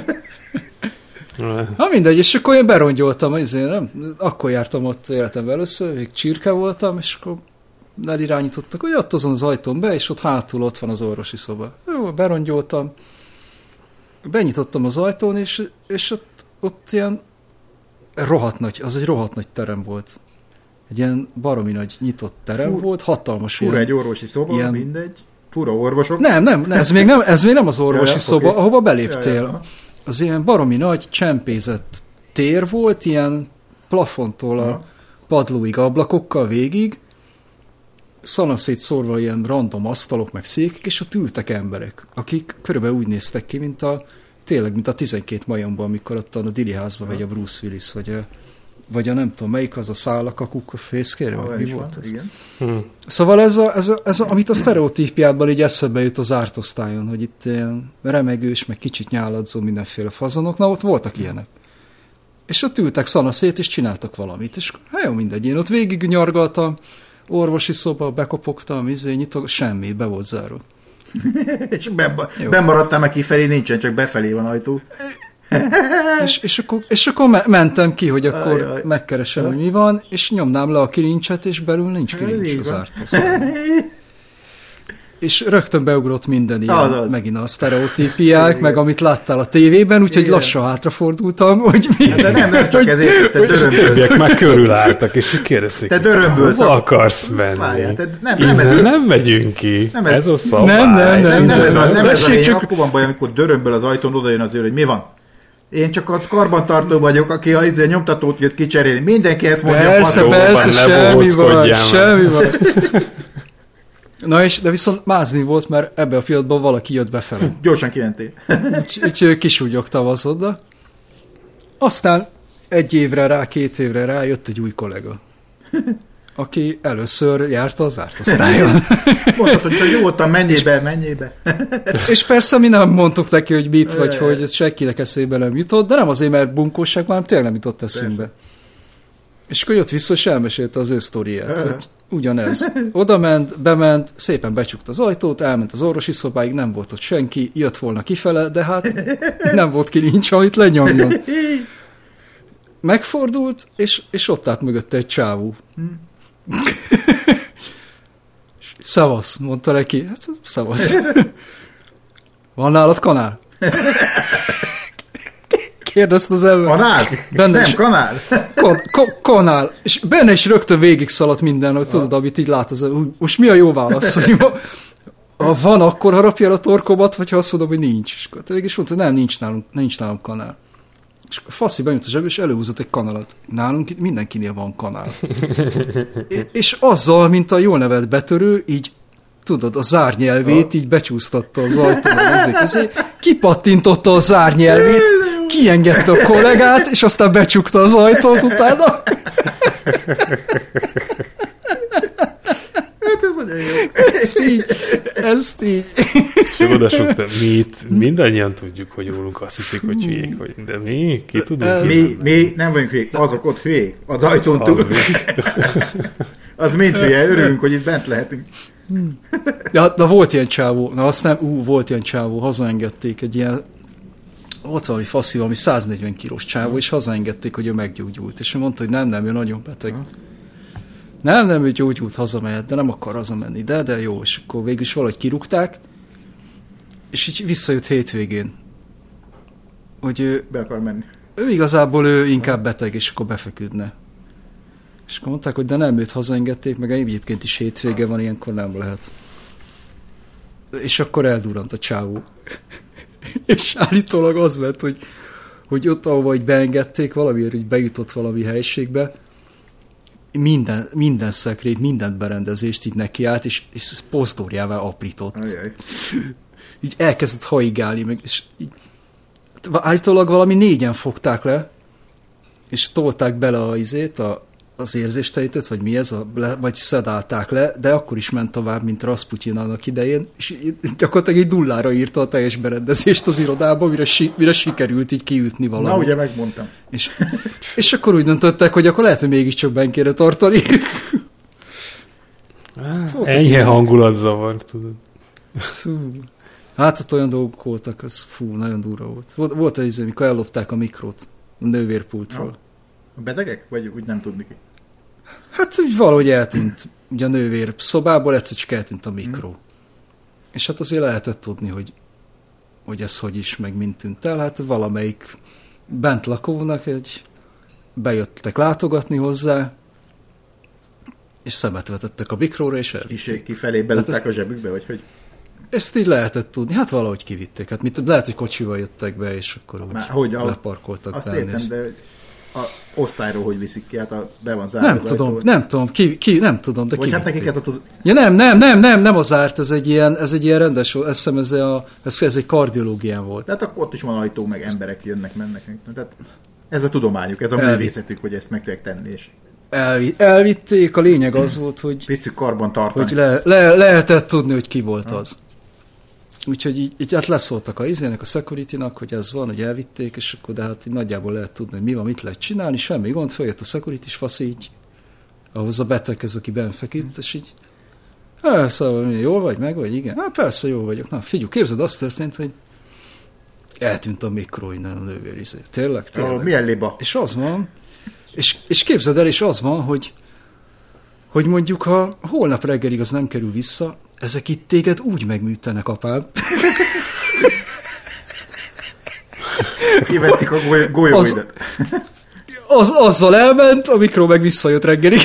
D: Na mindegy, és akkor én berongyoltam, akkor jártam ott életemben először, még csirke voltam, és akkor elirányítottak, hogy ott azon az ajtón be, és ott hátul ott van az orvosi szoba. Jó, berongyoltam, benyitottam az ajtón, és ott ilyen rohadt nagy, az egy rohadt nagy terem volt. Egy ilyen baromi nagy nyitott terem volt, hatalmas.
C: Fura egy orvosi szoba, ilyen... mindegy. Fura orvosok.
D: Nem, ez még nem az orvosi szoba, okay. Ahova beléptél. Az ilyen baromi nagy, csempézett tér volt, ilyen plafontól a padlóig, ablakokkal végig, szanaszét szórva ilyen random asztalok, meg székek, és ott ültek emberek, akik körülbelül úgy néztek ki, mint a 12 majomban, amikor ott a Dili házban megy a Bruce Willis, vagy a nem tudom, melyik az a szállakakuk a fészkére, vagy mi volt ez?
C: Igen.
D: Szóval ez amit a sztereotípiában így eszebe jut az ártosztályon, hogy itt ilyen remegős, meg kicsit nyáladzó mindenféle fazonok, na ott voltak ilyenek. És ott ültek szanaszét, és csináltak valamit, és hát jó, mindegy, én ott végig nyargaltam, orvosi szoba, bekopogtam, semmi, be volt zárva.
C: És bemaradtam, meg kifelé nincsen, csak befelé van ajtó.
D: és akkor mentem ki, hogy akkor megkeresem, hogy mi van, és nyomnám le a kilincset, és belül nincs kilincs az ártósztályon. És rögtön beugrott minden ilyen, megint a sztereotípiák, meg amit láttál a tévében, úgyhogy lassan hátrafordultam, hogy mi...
C: De nem csak ezért, te dörömbölsz.
B: Többiek már körülálltak, és kérdezték,
C: te dörömbölsz.
B: Hova akarsz menni? Nem megyünk ki. Ez a szabály.
D: Nem
C: ez a lény, akkor van baj, amikor dörömböl az ajtón, oda jön az őr, hogy mi van? Én csak a karbantartó vagyok, aki a nyomtatót jött kicserélni. Mindenki ezt mondja.
D: Persze, semmi van. Na és, de viszont mázni volt, mert ebbe a pillanatban valaki jött befelé.
C: Gyorsan kimentél.
D: Úgyhogy kisúgyogtam az oda. Aztán 1 évre rá, 2 évre rá jött egy új kollega, aki először járta az ártosztályon.
C: Mondtad, hogy csak nyugodtan, menjél be.
D: És persze mi nem mondtuk neki, hogy mit, vagy hogy ez senkinek eszébe nem jutott, de nem azért, mert bunkóság, hanem tényleg nem jutott eszünkbe. Persze. És akkor jött vissza, és elmesélte az ő sztoriát, hogy ugyanez. Oda ment, bement, szépen becsukta az ajtót, elment az orvosi szobáig, nem volt ott senki, jött volna kifele, de hát nem volt kilincs, amit lenyomjon. Megfordult, és ott állt mögötte egy csávó. Szavasz, mondta neki. Hát, szavasz. Van nálad kanál? Kérdezte az ember.
C: Kanál? Nem, kanál?
D: Kanál. És benne is rögtön végig szaladt minden, hogy tudod, amit így lát, az, most mi a jó válasz? Ha van, akkor harapja el a torkomat, vagy ha azt mondom, hogy nincs. És végig mondta, nem, nincs nálunk kanál. És Faszi benyújt a zsebbe, és előhúzott egy kanalat. Nálunk itt mindenkinél van kanál. És azzal, mint a jól nevelt betörő, így tudod, a zárnyelvét így becsúsztatta az ajtóra közé, kipattintotta a zárnyelvét, kiengedte a kollégát, és aztán becsukta az ajtót utána.
C: Hát ez nagyon jó.
D: Ezt így.
B: És odasukta, mindannyian tudjuk, hogy rólunk azt hiszik, hogy hülyék vagyunk, de mi? Ki tudunk?
C: Mi nem vagyunk hülyék, azok ott hülyék, az ajtón túl. Az mind hülye, örülünk, hogy itt bent lehetünk.
D: Ja, na volt ilyen csávó, volt ilyen csávó, hazaengedték egy ilyen, ott valami faszi, valami 140 kilós csávó, és hazaengedték, hogy ő meggyógyult, és ő mondta, hogy nem, ő nagyon beteg. Nem, ő gyógyult, hazamehet, de nem akar hazamenni, de jó, és akkor végül is valahogy kirúgták, és így visszajött hétvégén, hogy ő
C: be akar menni.
D: Ő igazából ő inkább beteg, és akkor befeküdne. És akkor mondták, hogy de nem, őt hazaengedték, meg egyébként is hétvége van, ilyenkor nem lehet. És akkor eldurrant a csávó. És állítólag az ment, hogy ott, ahova így beengedték, valamiért így bejutott valami helységbe, minden szekrényt, mindent berendezést így nekiállt, és pozdorjává aprított.
C: Ajaj.
D: Így elkezdett haigálni, meg, és így, állítólag valami 4-en fogták le, és tolták bele az érzéstejtőt, vagy mi ez, vagy szedálták le, de akkor is ment tovább, mint Rasputin annak idején, és gyakorlatilag egy nullára írta a teljes berendezést az irodába, mire sikerült így kiütni valamit.
C: Na, ugye megmondtam.
D: És akkor úgy döntöttek, hogy akkor lehet, hogy mégiscsak benn kéne tartani.
B: Enyhe hangulatzavar, tudod.
D: Hát ott olyan dolgok voltak, az nagyon durva volt. Volt egy izé, amikor ellopták a mikrot a nővérpultról.
C: A betegek? Vagy úgy nem tudni ki?
D: Hát úgy valahogy eltűnt ugye a nővér szobából, egyszer csak eltűnt a mikro. És hát azért lehetett tudni, hogy ez hogy is, meg mint tűnt el. Hát valamelyik bent lakónak bejöttek látogatni hozzá, és szemet vetettek a mikróra, és elvitték.
C: És kifelé belutták a zsebükbe, vagy hogy?
D: Ezt így lehetett tudni. Hát valahogy kivitték. Hát lehet, hogy kocsival jöttek be, és akkor úgy leparkoltak.
C: Azt értem, de a osztályról hogy viszik ki? Hát be van zárva.
D: Nem tudom, nem tudom, de
C: vagy hát nekik ez a tud...
D: Ja, nem az zárt, ez egy ilyen rendes, azt hiszem ez egy kardiológián volt.
C: Tehát akkor ott is van ajtó, meg emberek jönnek, mennek. Tehát ez a tudományuk, ez a művészetük, hogy ezt meg tudják tenni. És...
D: Elvitték, a lényeg az volt, hogy...
C: Visszük karban tartani.
D: Hogy lehetett tudni, hogy ki volt az. Úgyhogy így hát leszóltak a security-nak, hogy ez van, hogy elvitték, és akkor de hát így nagyjából lehet tudni, hogy mi van, mit lehet csinálni, semmi gond, följött a security-s fasz így, ahhoz a beteghez, aki benn feküdt, és így, szóval jól vagy, meg vagy, igen? Hát persze, jól vagyok. Na, figyelj, képzeld, az történt, hogy eltűnt a mikro innen a nővér. Tényleg?
C: Milyen liba?
D: És az van, és képzeld el, és az van, hogy mondjuk, ha holnap reggelig az nem kerül vissza, ezek itt téged úgy megműtenek, apám.
C: Kiveszik a golyóidat.
D: Azzal elment, a mikro meg visszajött reggelig.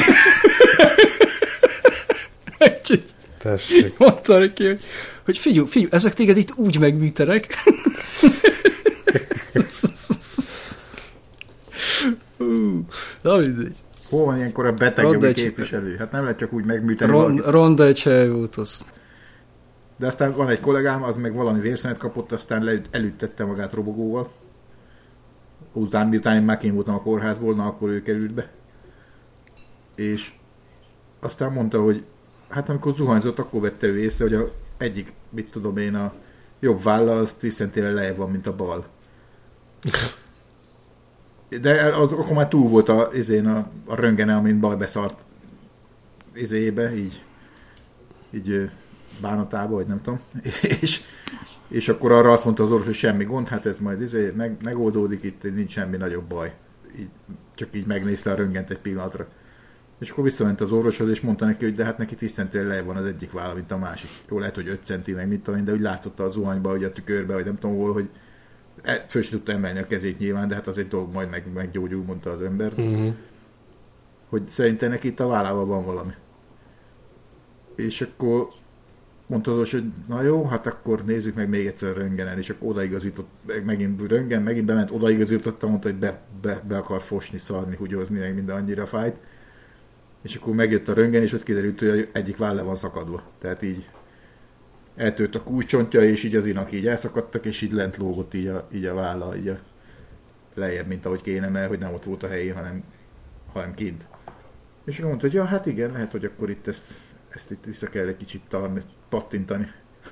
B: Tessék.
D: Mondta neki, hogy figyelj, ezek téged itt úgy megműtenek. Na mindegy.
C: Hol van ilyenkor a betegjogi képviselő? Hát nem lehet csak úgy megműteni.
D: Ronda egy hely volt az.
C: De aztán van egy kollégám, az meg valami vérszenet kapott, aztán elüttette magát robogóval. Miután én már kint voltam a kórházból, na akkor ő került be. És aztán mondta, hogy hát amikor zuhanyzott, akkor vette ő észre, hogy egyik, mit tudom én, a jobb válla az 10 centire lejjebb van, mint a bal. De akkor már túl volt a röntgene, amint bal beszart így bánatába, vagy nem tudom. És akkor arra azt mondta az orvos, hogy semmi gond, hát ez majd megoldódik, itt nincs semmi nagyobb baj. Csak így megnézte a röntgent egy pillanatra. És akkor visszament az orvoshoz, és mondta neki, hogy de hát neki 10 centire lejjebb van az egyik válla, mint a másik. Jó, lehet, hogy 5 centi, meg mit tudom én, de úgy látszott a zuhanyba, hogy a tükörbe, vagy nem tudom hol, hogy föl sem tudta emelni a kezét nyilván, de hát az egy dolog, majd meggyógyul, mondta az ember. Uh-huh. Hogy szerintem neki itt a vállával van valami. És akkor mondta az, hogy na jó, hát akkor nézzük meg még egyszer a röntgenen, és akkor odaigazított, megint röntgen, megint bement, odaigazította, mondta, hogy be akar fosni, szarni, húgyozni, meg minden annyira fájt. És akkor megjött a röntgen, és ott kiderült, hogy egyik váll le van szakadva. Tehát így eltört a kulcsontja, és így az inak így elszakadtak, és így lent lógott így a válla, így a lejjebb, mint ahogy kéne, mert hogy nem ott volt a helyén, hanem kint. És akkor mondta, hogy ja, hát igen, lehet, hogy akkor itt ezt itt vissza kell egy kicsit pattintani.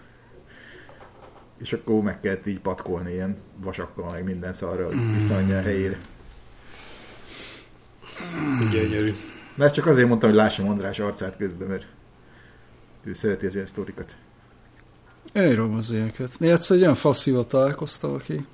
C: És akkor meg kellett így patkolni ilyen vasakkal, meg minden szarra, hogy visszaadja a helyére.
B: Gyönyörű.
C: Na ezt csak azért mondtam, hogy lássam András arcát közben, mert ő szereti az ilyen sztorikat.
D: Én írom az ilyeneket. Mi egyszer egy olyan faszíval találkoztam, aki...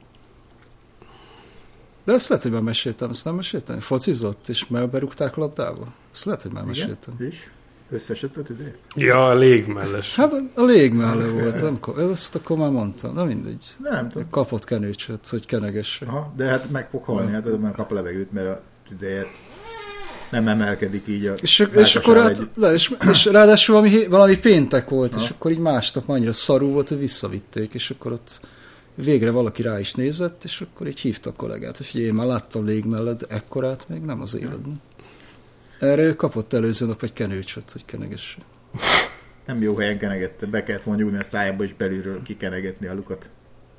D: De ezt lehet, hogy már meséltem, ezt nem meséltem? Focizott, és berúgták labdába. Ezt lehet, hogy már meséltem.
C: Igen? És? Összeesett ide?
B: Ja, a légmelles.
D: Hát a légmelle volt, amikor, ezt akkor már mondtam, na mindegy.
C: Nem tudom.
D: Kapott kenőcsöt, hogy kenegesse.
C: Aha, de hát meg fog halni, hát nem kap a levegőt, mert a tüdeje nem emelkedik így a...
D: És akkor hát, és ráadásul valami péntek volt, és akkor így másnap annyira szarú volt, hogy visszavitték, és akkor ott végre valaki rá is nézett, és akkor így hívta a kollégát, hogy figyelj, én már láttam légmelled, ekkorát még nem az életben. Erre ő kapott előző nap egy kenőcsöt, hogy kenegesse.
C: Nem jó helyen kenegette, be kellett volna nyúlni a szájába, és belülről kikenegetni a lukat.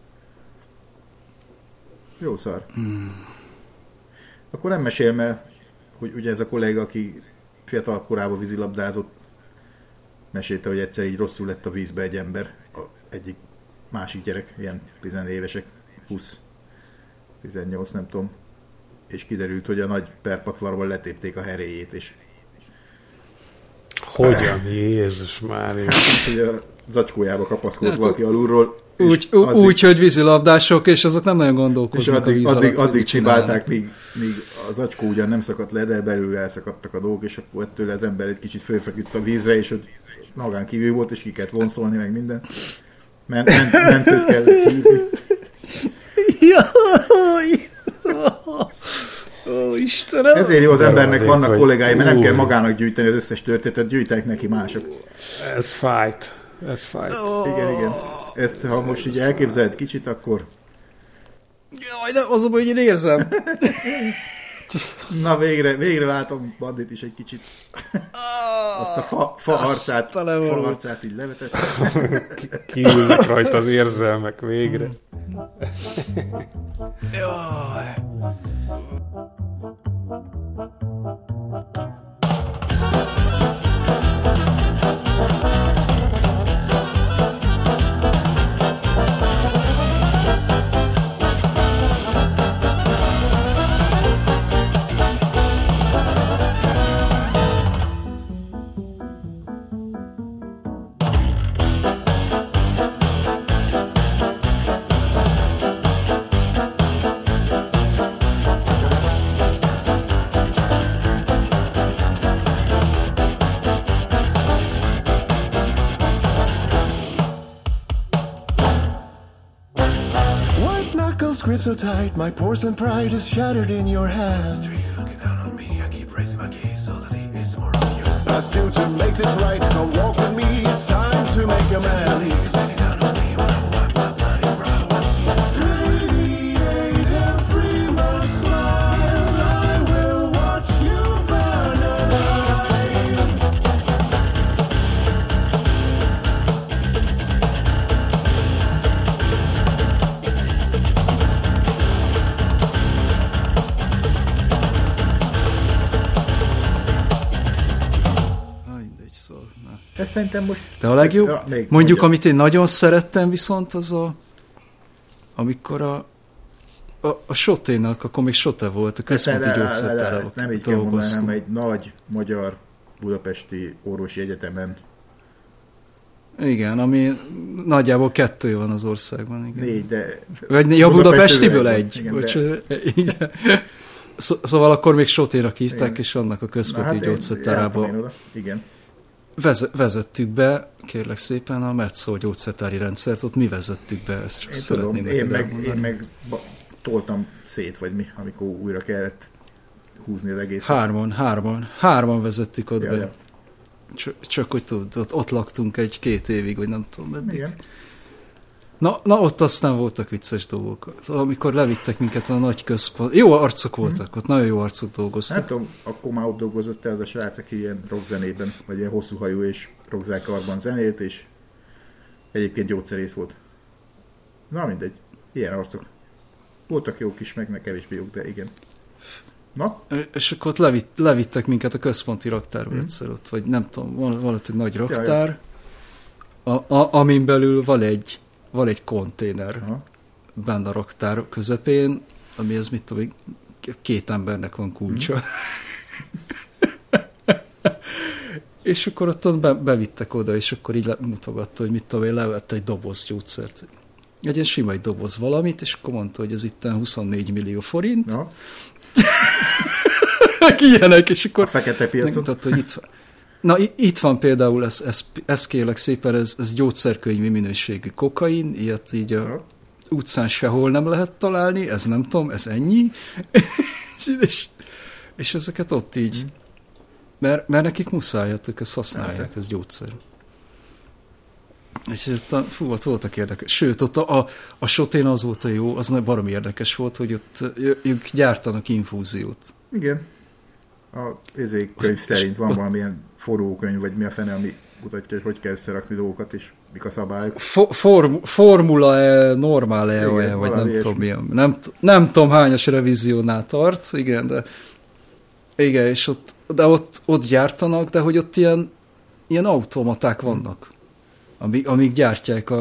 C: Jó szar. Akkor nem meséljem el, hogy ugye ez a kolléga, aki fiatal korában vízilabdázott, mesélte, hogy egyszer így rosszul lett a vízbe egy ember, egyik másik gyerek, ilyen 10 évesek, 20, 18, nem tudom, és kiderült, hogy a nagy perpatvarban letépték a heréjét, és
B: hogyan? Jézus Mária.
C: hogy a zacskójába kapaszkodt valaki alulról.
D: Úgy, hogy vízilabdások, és azok nem nagyon gondolkoznak
C: és
D: a víz
C: addig csibálták, míg a zacskó ugyan nem szakadt le, de belül elszakadtak a dolgok, és akkor ettől az ember egy kicsit fölfeküdt a vízre, és hogy magán kívül volt, és ki kellett vonszolni, meg minden. Mentőt kellett hívni.
D: Ó, Istenem!
C: Ezért jó az embernek vannak kollégái, mert nem kell magának gyűjteni az összes történetet, gyűjtek neki mások.
B: Ez fájt.
C: Igen. Ezt, ha most így elképzeled kicsit, akkor...
D: Jaj, de az, hogy én érzem.
C: Na végre látom Bandit is egy kicsit. Azt a fa arcát így levetett.
B: Kiülnek rajta az érzelmek végre.
D: Jaj.
F: Grip so tight, my porcelain pride is shattered in your hand.
G: The trees looking down on me, I keep raising my gaze, all I see is more of you.
F: I still to make this right, come walk with me, it's time to make amends.
G: Looking down on me when I will wipe my bloody brow.
F: Radiate and free my smile, I will watch you burn alive.
C: Ez szerintem most...
D: De a legjobb,
C: mondjuk,
D: mondjuk, amit én nagyon szerettem viszont, az amikor a Soténak, akkor még Sote volt, a központi gyógyszertárában
C: ezt nem így kell mondani, hanem egy nagy magyar budapesti orvosi egyetemen.
D: Igen, ami nagyjából 2 van az országban. Igen.
C: 4, de...
D: Vagy ja, Budapestiből egy.
C: Igen,
D: igen. Szóval akkor még Soténak hívták, és annak a központi gyógyszertárában.
C: Igen.
D: Vezettük be, kérlek szépen, a Metszol gyógyszertári rendszert, ott mi vezettük be, ezt csak szeretném
C: én meg toltam szét, vagy mi, amikor újra kellett húzni az egészet.
D: Hárman vezettük ott be.
C: Ja.
D: Csak hogy tudod, ott laktunk 1-2 évig, vagy nem tudom meddig.
C: Igen.
D: Na, ott aztán voltak vicces dolgok. Amikor levittek minket a nagy központ. Jó arcok voltak, ott nagyon jó arcok dolgoztak.
C: Nem tudom, akkor már ott dolgozott az a srác, aki ilyen rockzenében, vagy ilyen hosszú hajú és rockzákarban zenélt, és Egyébként gyógyszerész volt. Na mindegy, ilyen arcok. Voltak jók is, meg kevésbé jók, de igen. Na?
D: És akkor ott levittek minket a központi raktárba egyszer ott, vagy nem tudom, van ott egy nagy raktár, amin belül van egy konténer benne a raktár közepén, amihez mit tudom, 2 embernek van kulcsa. És akkor ott bevittek oda, és akkor így mutogatta, hogy mit tudom én, levett egy doboz gyógyszert. Egy ilyen sima egy doboz valamit, és akkor mondta, hogy ez itt 24 millió forint.
C: Na.
D: Ilyenek, és akkor...
C: A fekete piacon.
D: Megmutatta, hogy itt van például, ez kérlek szépen, ez gyógyszerkönyvi minőségű kokain, ilyet így a utcán sehol nem lehet találni, ez nem tudom, ez ennyi. és ezeket ott így, mert nekik muszáj, ők ezt használják, ez gyógyszer. És voltak érdekes. Sőt, ott a sotén az volt a jó, az baromi érdekes volt, hogy ott ők gyártanak infúziót.
C: Igen. A könyv szerint van valamilyen forrókönyv, vagy mi a fene, ami mutatja, hogy kell összerakni dolgokat, és mik a szabályok.
D: Formula-e, normál-e, vagy nem tudom milyen. Nem tudom hányas revíziónál tart, igen, de igen, és ott gyártanak, de hogy ott ilyen automaták vannak, amik gyártják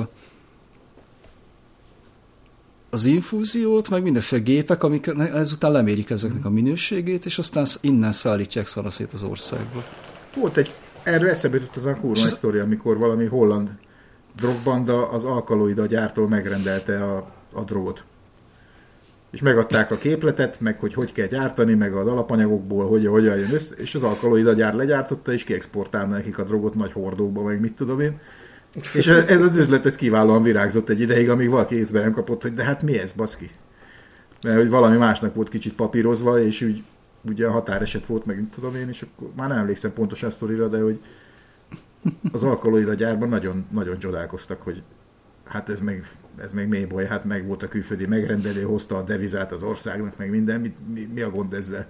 D: az infúziót, meg mindenféle gépek, amik ezután lemérik ezeknek a minőségét, és aztán innen szállítják szanaszét az országba.
C: Volt erről eszebe jutott az a kurva sztori, amikor valami holland drogbanda az alkaloida gyártól megrendelte a drogot. És megadták a képletet, meg hogy kell gyártani, meg az alapanyagokból, hogyan jön össze, és az alkaloida gyár legyártotta, és kiexportálna nekik a drogot nagy hordókba, meg mit tudom én. És ez az üzlet, ez kiválóan virágzott egy ideig, amíg valaki észbe nem kapott, hogy de hát mi ez, baszki? Mert hogy valami másnak volt kicsit papírozva, és úgy ugye a határeset volt, meg mit tudom én, és akkor már nem emlékszem pontosan a sztorira, de hogy az alkaloida gyárban nagyon, nagyon csodálkoztak, hogy hát ez meg mély baj, hát meg volt a külföldi megrendelő, hozta a devizát az országnak, meg minden, mi a gond ezzel?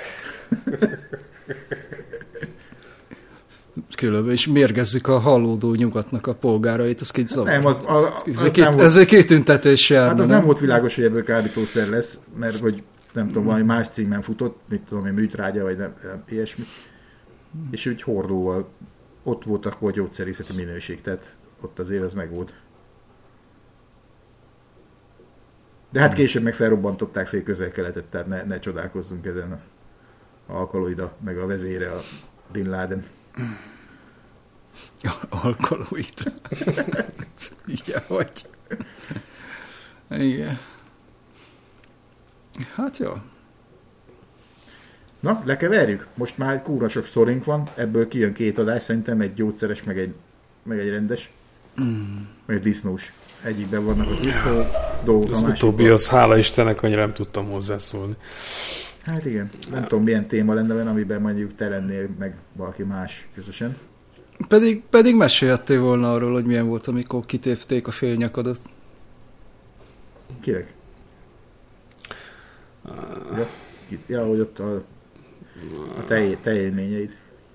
D: Különben, és mérgezzük a hallódó nyugatnak a polgárait, ez
C: nem,
D: ez két tüntetés járna.
C: Hát az nem volt világos, hogy ebből kábítószer lesz, mert hogy nem tudom, valami más címen futott, mit tudom én, műtrágya, vagy nem ilyesmi. És úgy hordóval ott volt akkor gyógyszerészeti minőség, tehát ott azért ez megvolt. De hát később meg felrobbantották fél Közel-Keletet, tehát ne csodálkozzunk ezen a alkaloida, meg a vezére, a Bin Laden.
D: Alkaloida. Igen, hogy... Igen. Hát jó.
C: Na, lekeverjük? Most már kúra sok sztorink van, ebből kijön 2 adás, szerintem egy gyógyszeres, meg egy rendes. Meg egy disznós. Egyikben vannak a disznó dolgok,
B: az utóbbi az, hála Istennek, annyira nem tudtam hozzászólni.
C: Hát igen, nem tudom milyen téma lenne benne, amiben mondjuk te lennél, meg valaki más közösen.
D: Pedig mesélhettél volna arról, hogy milyen volt, amikor kitépték a félnyakadat.
C: Kinek? Ja, hogy ott a te élményeid.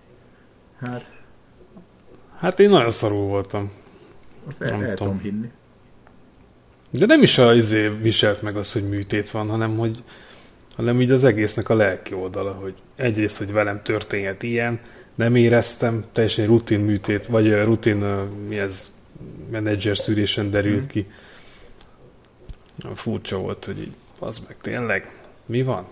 B: Hát én nagyon szarul voltam.
C: Azt el tudom hinni.
B: De nem is viselt meg az, hogy műtét van, hanem így az egésznek a lelki oldala, hogy egyrészt, hogy velem történhet ilyen, nem éreztem, teljesen rutin műtét, vagy rutin, menedzser szűrésen derült ki. Furcsa volt, hogy így, az meg tényleg, mi van?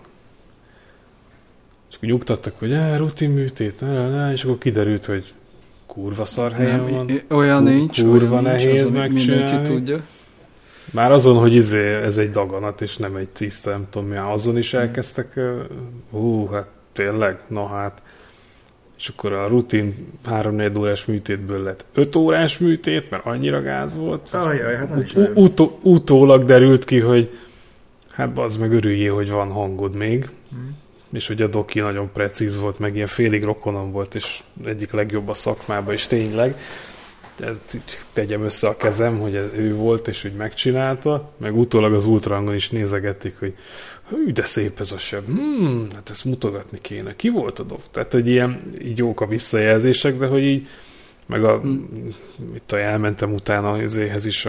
B: És akkor nyugtattak, hogy rutin műtét, és akkor kiderült, hogy kurva szar helyen van.
D: Olyan nincs,
B: kurva
D: olyan
B: nehéz megcsinálni.
D: Mindenki tudja.
B: Már azon, hogy ez egy daganat, és nem egy tiszta, nem tudom mi, azon is elkezdtek, hát tényleg, na hát. És akkor a rutin 3-4 órás műtétből lett 5 órás műtét, mert annyira gáz volt.
C: Hát
B: utólag derült ki, hogy hát bazd meg, örüljél, hogy van hangod még. És hogy a doki nagyon precíz volt, meg ilyen félig rokonom volt, és egyik legjobb a szakmában, és tényleg tegyem össze a kezem, hogy ő volt, és hogy megcsinálta, meg utólag az ultrahangon is nézegették, hogy hű, de szép ez a seb, hát ezt mutogatni kéne. Ki volt a dok? Tehát, hogy ilyen így jók a visszajelzések, de hogy így Meg itt elmentem utána azéhez is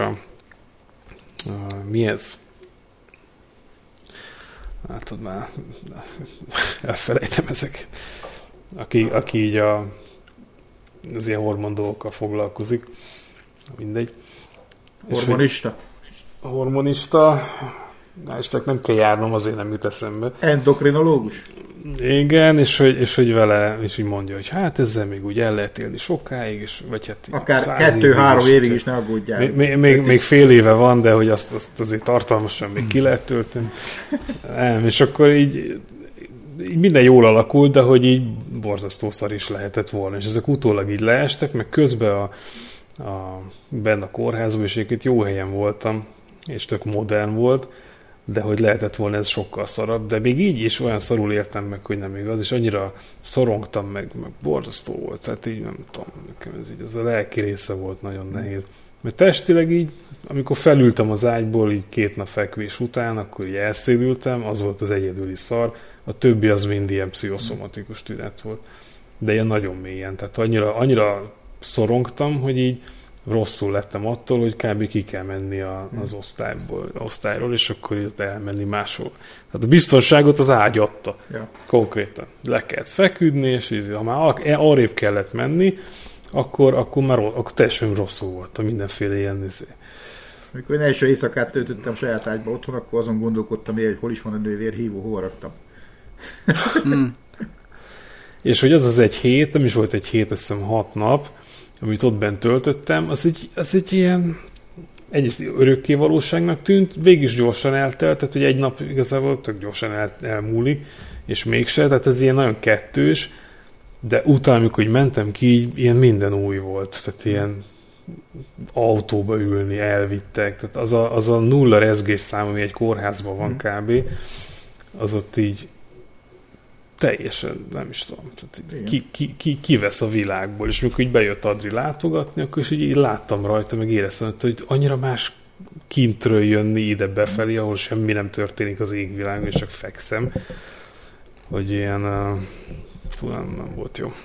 B: mi ez? Hát már elfelejtem ezeket. Aki így az ilyen hormon dolgokkal foglalkozik. Mindegy.
C: Hormonista.
B: Hormonista. És nem kell járnom, azért nem jut eszembe.
C: Endokrinológus.
B: Igen, és hogy vele is így mondja, hogy hát ezzel még úgy el lehet élni sokáig, és, vagy hát
C: akár 2-3 évig is ne aggódjál.
B: Még fél éve van, de hogy azt azért tartalmasan még ki lehet tölteni. És akkor így minden jól alakult, de hogy így borzasztó szar is lehetett volna. És ezek utólag így leestek, meg közben benne a kórházban, és egyébként jó helyen voltam, és tök modern volt, de hogy lehetett volna ez sokkal szarabb, de még így is olyan szarul értem meg, hogy nem igaz, és annyira szorongtam meg borzasztó volt, tehát így nem tudom, nekem ez a lelki része volt nagyon nehéz. Mert testileg így, amikor felültem az ágyból, így 2 nap fekvés után, akkor így elszédültem, az volt az egyedüli szar, a többi az mind ilyen pszichoszomatikus tünet volt. De ilyen nagyon mélyen, tehát annyira szorongtam, hogy így rosszul lettem attól, hogy kb. Ki kell menni az osztályról, és akkor itt elmenni máshol. Tehát a biztonságot az ágy adta. Ja. Konkrétan. Le kellett feküdni, és így, ha már arrébb kellett menni, akkor teljesen rosszul volt a mindenféle ilyen nézé.
C: Amikor én első éjszakát töltöttem saját ágyba otthon, akkor azon gondolkodtam, hogy hol is van a nővérhívó, hova raktam.
B: És hogy az egy hét, nem is volt egy hét, azt hiszem 6 nap, amit ott bent töltöttem, az egy ilyen egyrészt örökké valóságnak tűnt, végig is gyorsan eltelt, tehát hogy egy nap igazából tök gyorsan elmúlik, és mégse, tehát ez ilyen nagyon kettős, de utána, amikor mentem ki, ilyen minden új volt, tehát ilyen autóba ülni, elvittek, tehát az a 0 rezgés szám, ami egy kórházban van kb., az ott így teljesen, nem is tudom, kivesz a világból, és amikor így bejött Adri látogatni, akkor is így láttam rajta, meg éreztem, hogy annyira más kintről jönni ide befelé, ahol semmi nem történik az égvilágon, és csak fekszem, hogy ilyen nem volt jó.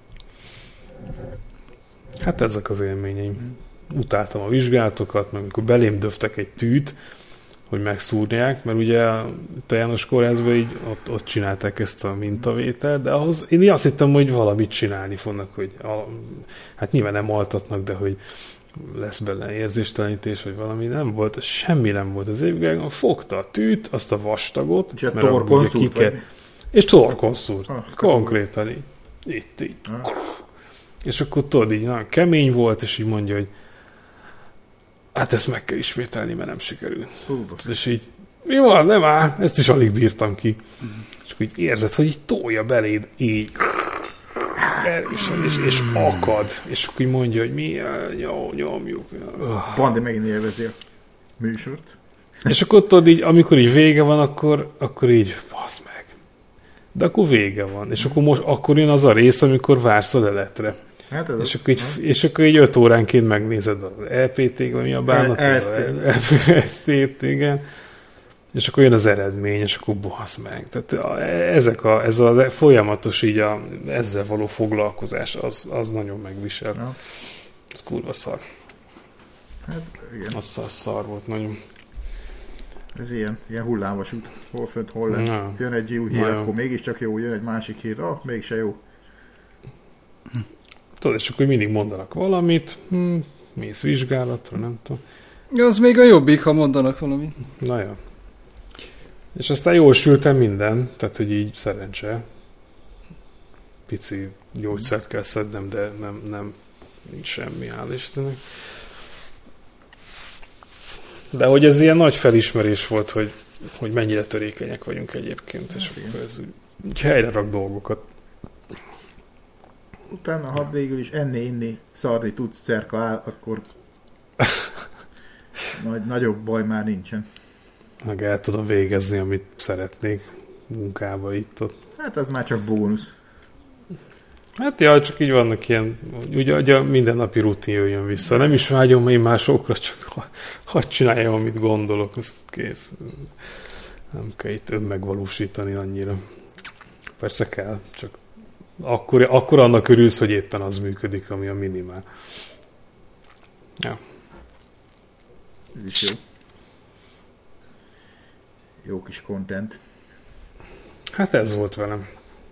B: Hát ezek az élményeim. Utáltam a vizsgálatokat, meg amikor belém döftek egy tűt, hogy megszúrják, mert ugye a János kórházban így ott csinálták ezt a mintavételt, de ahhoz én azt hittem, hogy valamit csinálni fognak, hogy hát nyilván nem altatnak, de hogy lesz bele érzéstelenítés, vagy valami nem volt, semmi nem volt az évgágon, fogta a tűt, azt a vastagot,
C: és mert torkon szúrt,
B: és torkon szúrt, konkrétan így. Itt így. És akkor tudod, így nagyon kemény volt, és így mondja, hogy hát ezt meg kell ismételni, mert nem sikerül. És így, mi van, nem áll, ezt is alig bírtam ki. És akkor így érzed, hogy így tolja beléd, így erősen, és akad. És akkor így mondja, hogy mi, jó, nyomjuk.
C: Bandi megint élvezi a műsort.
B: És akkor tudod, így, amikor így vége van, akkor így, basz meg. De akkor vége van. És akkor jön az a rész, amikor vársz a leletre. Hát és akkor így 5 óránként megnézed az EPT-t, vagy mi a bánat? EST-t, igen. És akkor jön az eredmény, és akkor basz meg. Tehát ez a folyamatos így ezzel való foglalkozás, az nagyon megvisel. Ja. Ez kurva szar.
C: Hát igen.
B: Az szar volt nagyon.
C: Ez ilyen hullámvasút. Hol fönt, hol lent. Ja. Jön egy jó hír, akkor mégiscsak jó, jön egy másik hír, mégse jó.
B: Tudod, és akkor mindig mondanak valamit, mész vizsgálatra, nem tudom.
D: Az még a jobbik, ha mondanak valamit.
B: Na ja. És aztán jól sültem minden, tehát hogy így szerencse. Pici gyógyszert kell szednem, de nem nincs semmi, hál' Istennek. De hogy ez ilyen nagy felismerés volt, hogy mennyire törékenyek vagyunk egyébként, és akkor ez úgy helyre rak dolgokat.
C: Utána, ha végül is enni, szarni tudsz, cerka áll, akkor nagyobb baj már nincsen.
B: Meg el tudom végezni, amit szeretnék munkába itt-ott. Hát
C: az már csak bónusz.
B: Hát ja, csak így vannak ilyen, ugye a mindennapi rutin jöjjön vissza. Nem is vágyom én másokra, csak hadd csináljam, amit gondolok, azt kész. Nem kell itt önmegvalósítani annyira. Persze kell, csak akkor annak örülsz, hogy éppen az működik, ami a minimál. Ja.
C: Ez is jó. Jó kis content.
B: Hát ez volt velem.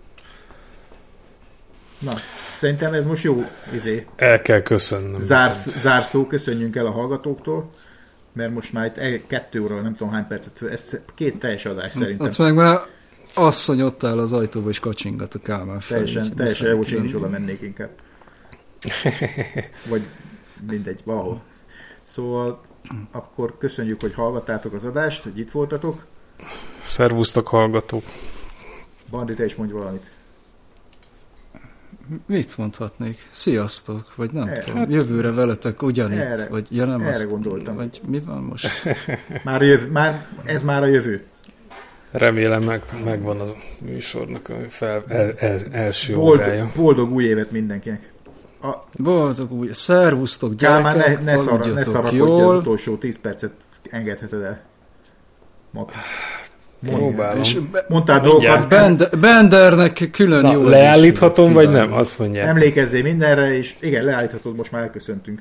C: Na, szerintem ez most jó
B: El kell köszönnöm.
C: zárszó, köszönjünk el a hallgatóktól, mert most már itt 2 óra, nem tudom hány percet, ez 2 teljes adás szerintem.
D: Ott meg már asszony ott áll az ajtóba és kacsingat a Kálmán felé.
C: Teljesen jó, én is oda mennék inkább. Vagy mindegy, valahol. Szóval akkor köszönjük, hogy hallgattátok az adást, hogy itt voltatok.
B: Szervusztok, hallgatók!
C: Bandi, te is mondj valamit.
D: Mit mondhatnék? Sziasztok, vagy nem tudom. Jövőre veletek ugyanitt, vagy ja nem
C: erre
D: azt,
C: gondoltam.
D: vagy mi van most?
C: Ez már a jövő.
B: Remélem megvan az műsornak a első órája.
C: Boldog új évet mindenkinek.
D: Boldog új, szervusztok
C: Kálmán,
D: gyerekek,
C: ne szarakodj,
D: jól.
C: az utolsó 10 percet engedheted el. Max.
B: Próbálom.
C: Mondtál dolgokat.
D: Bendernek külön jó.
B: Leállíthatom, vagy nem? Azt mondják.
C: Emlékezzél mindenre, és igen, leállíthatod, most már elköszöntünk.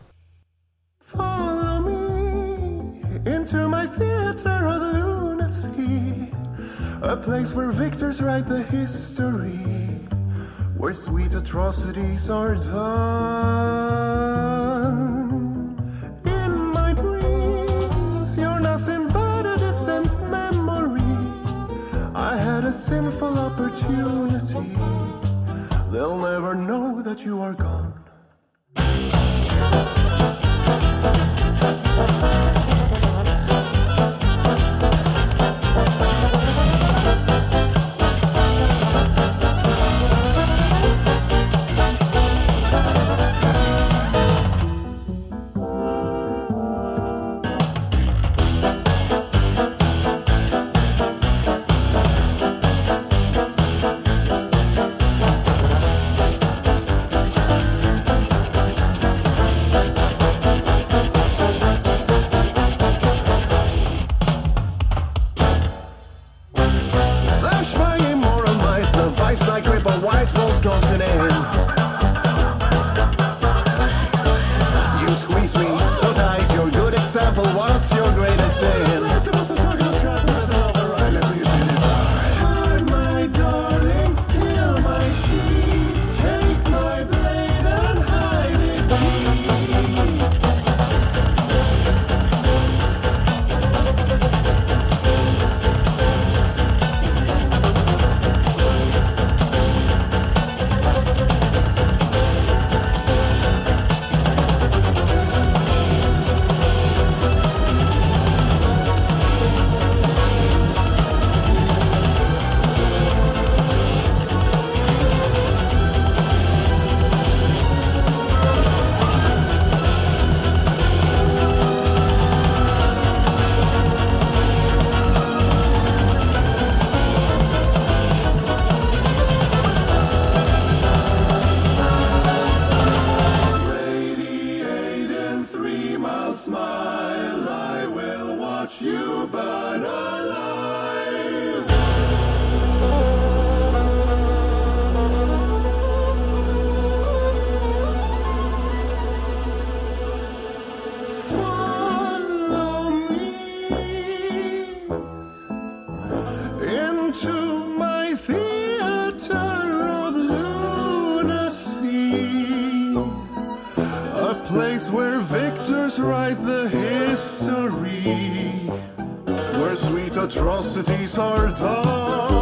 F: Follow me into my theater of lunacy, a place where victors write the history, where sweet atrocities are done. In my dreams, you're nothing but a distant memory. I had a sinful opportunity. They'll never know that you are gone. Where victors write the history, where sweet atrocities are done.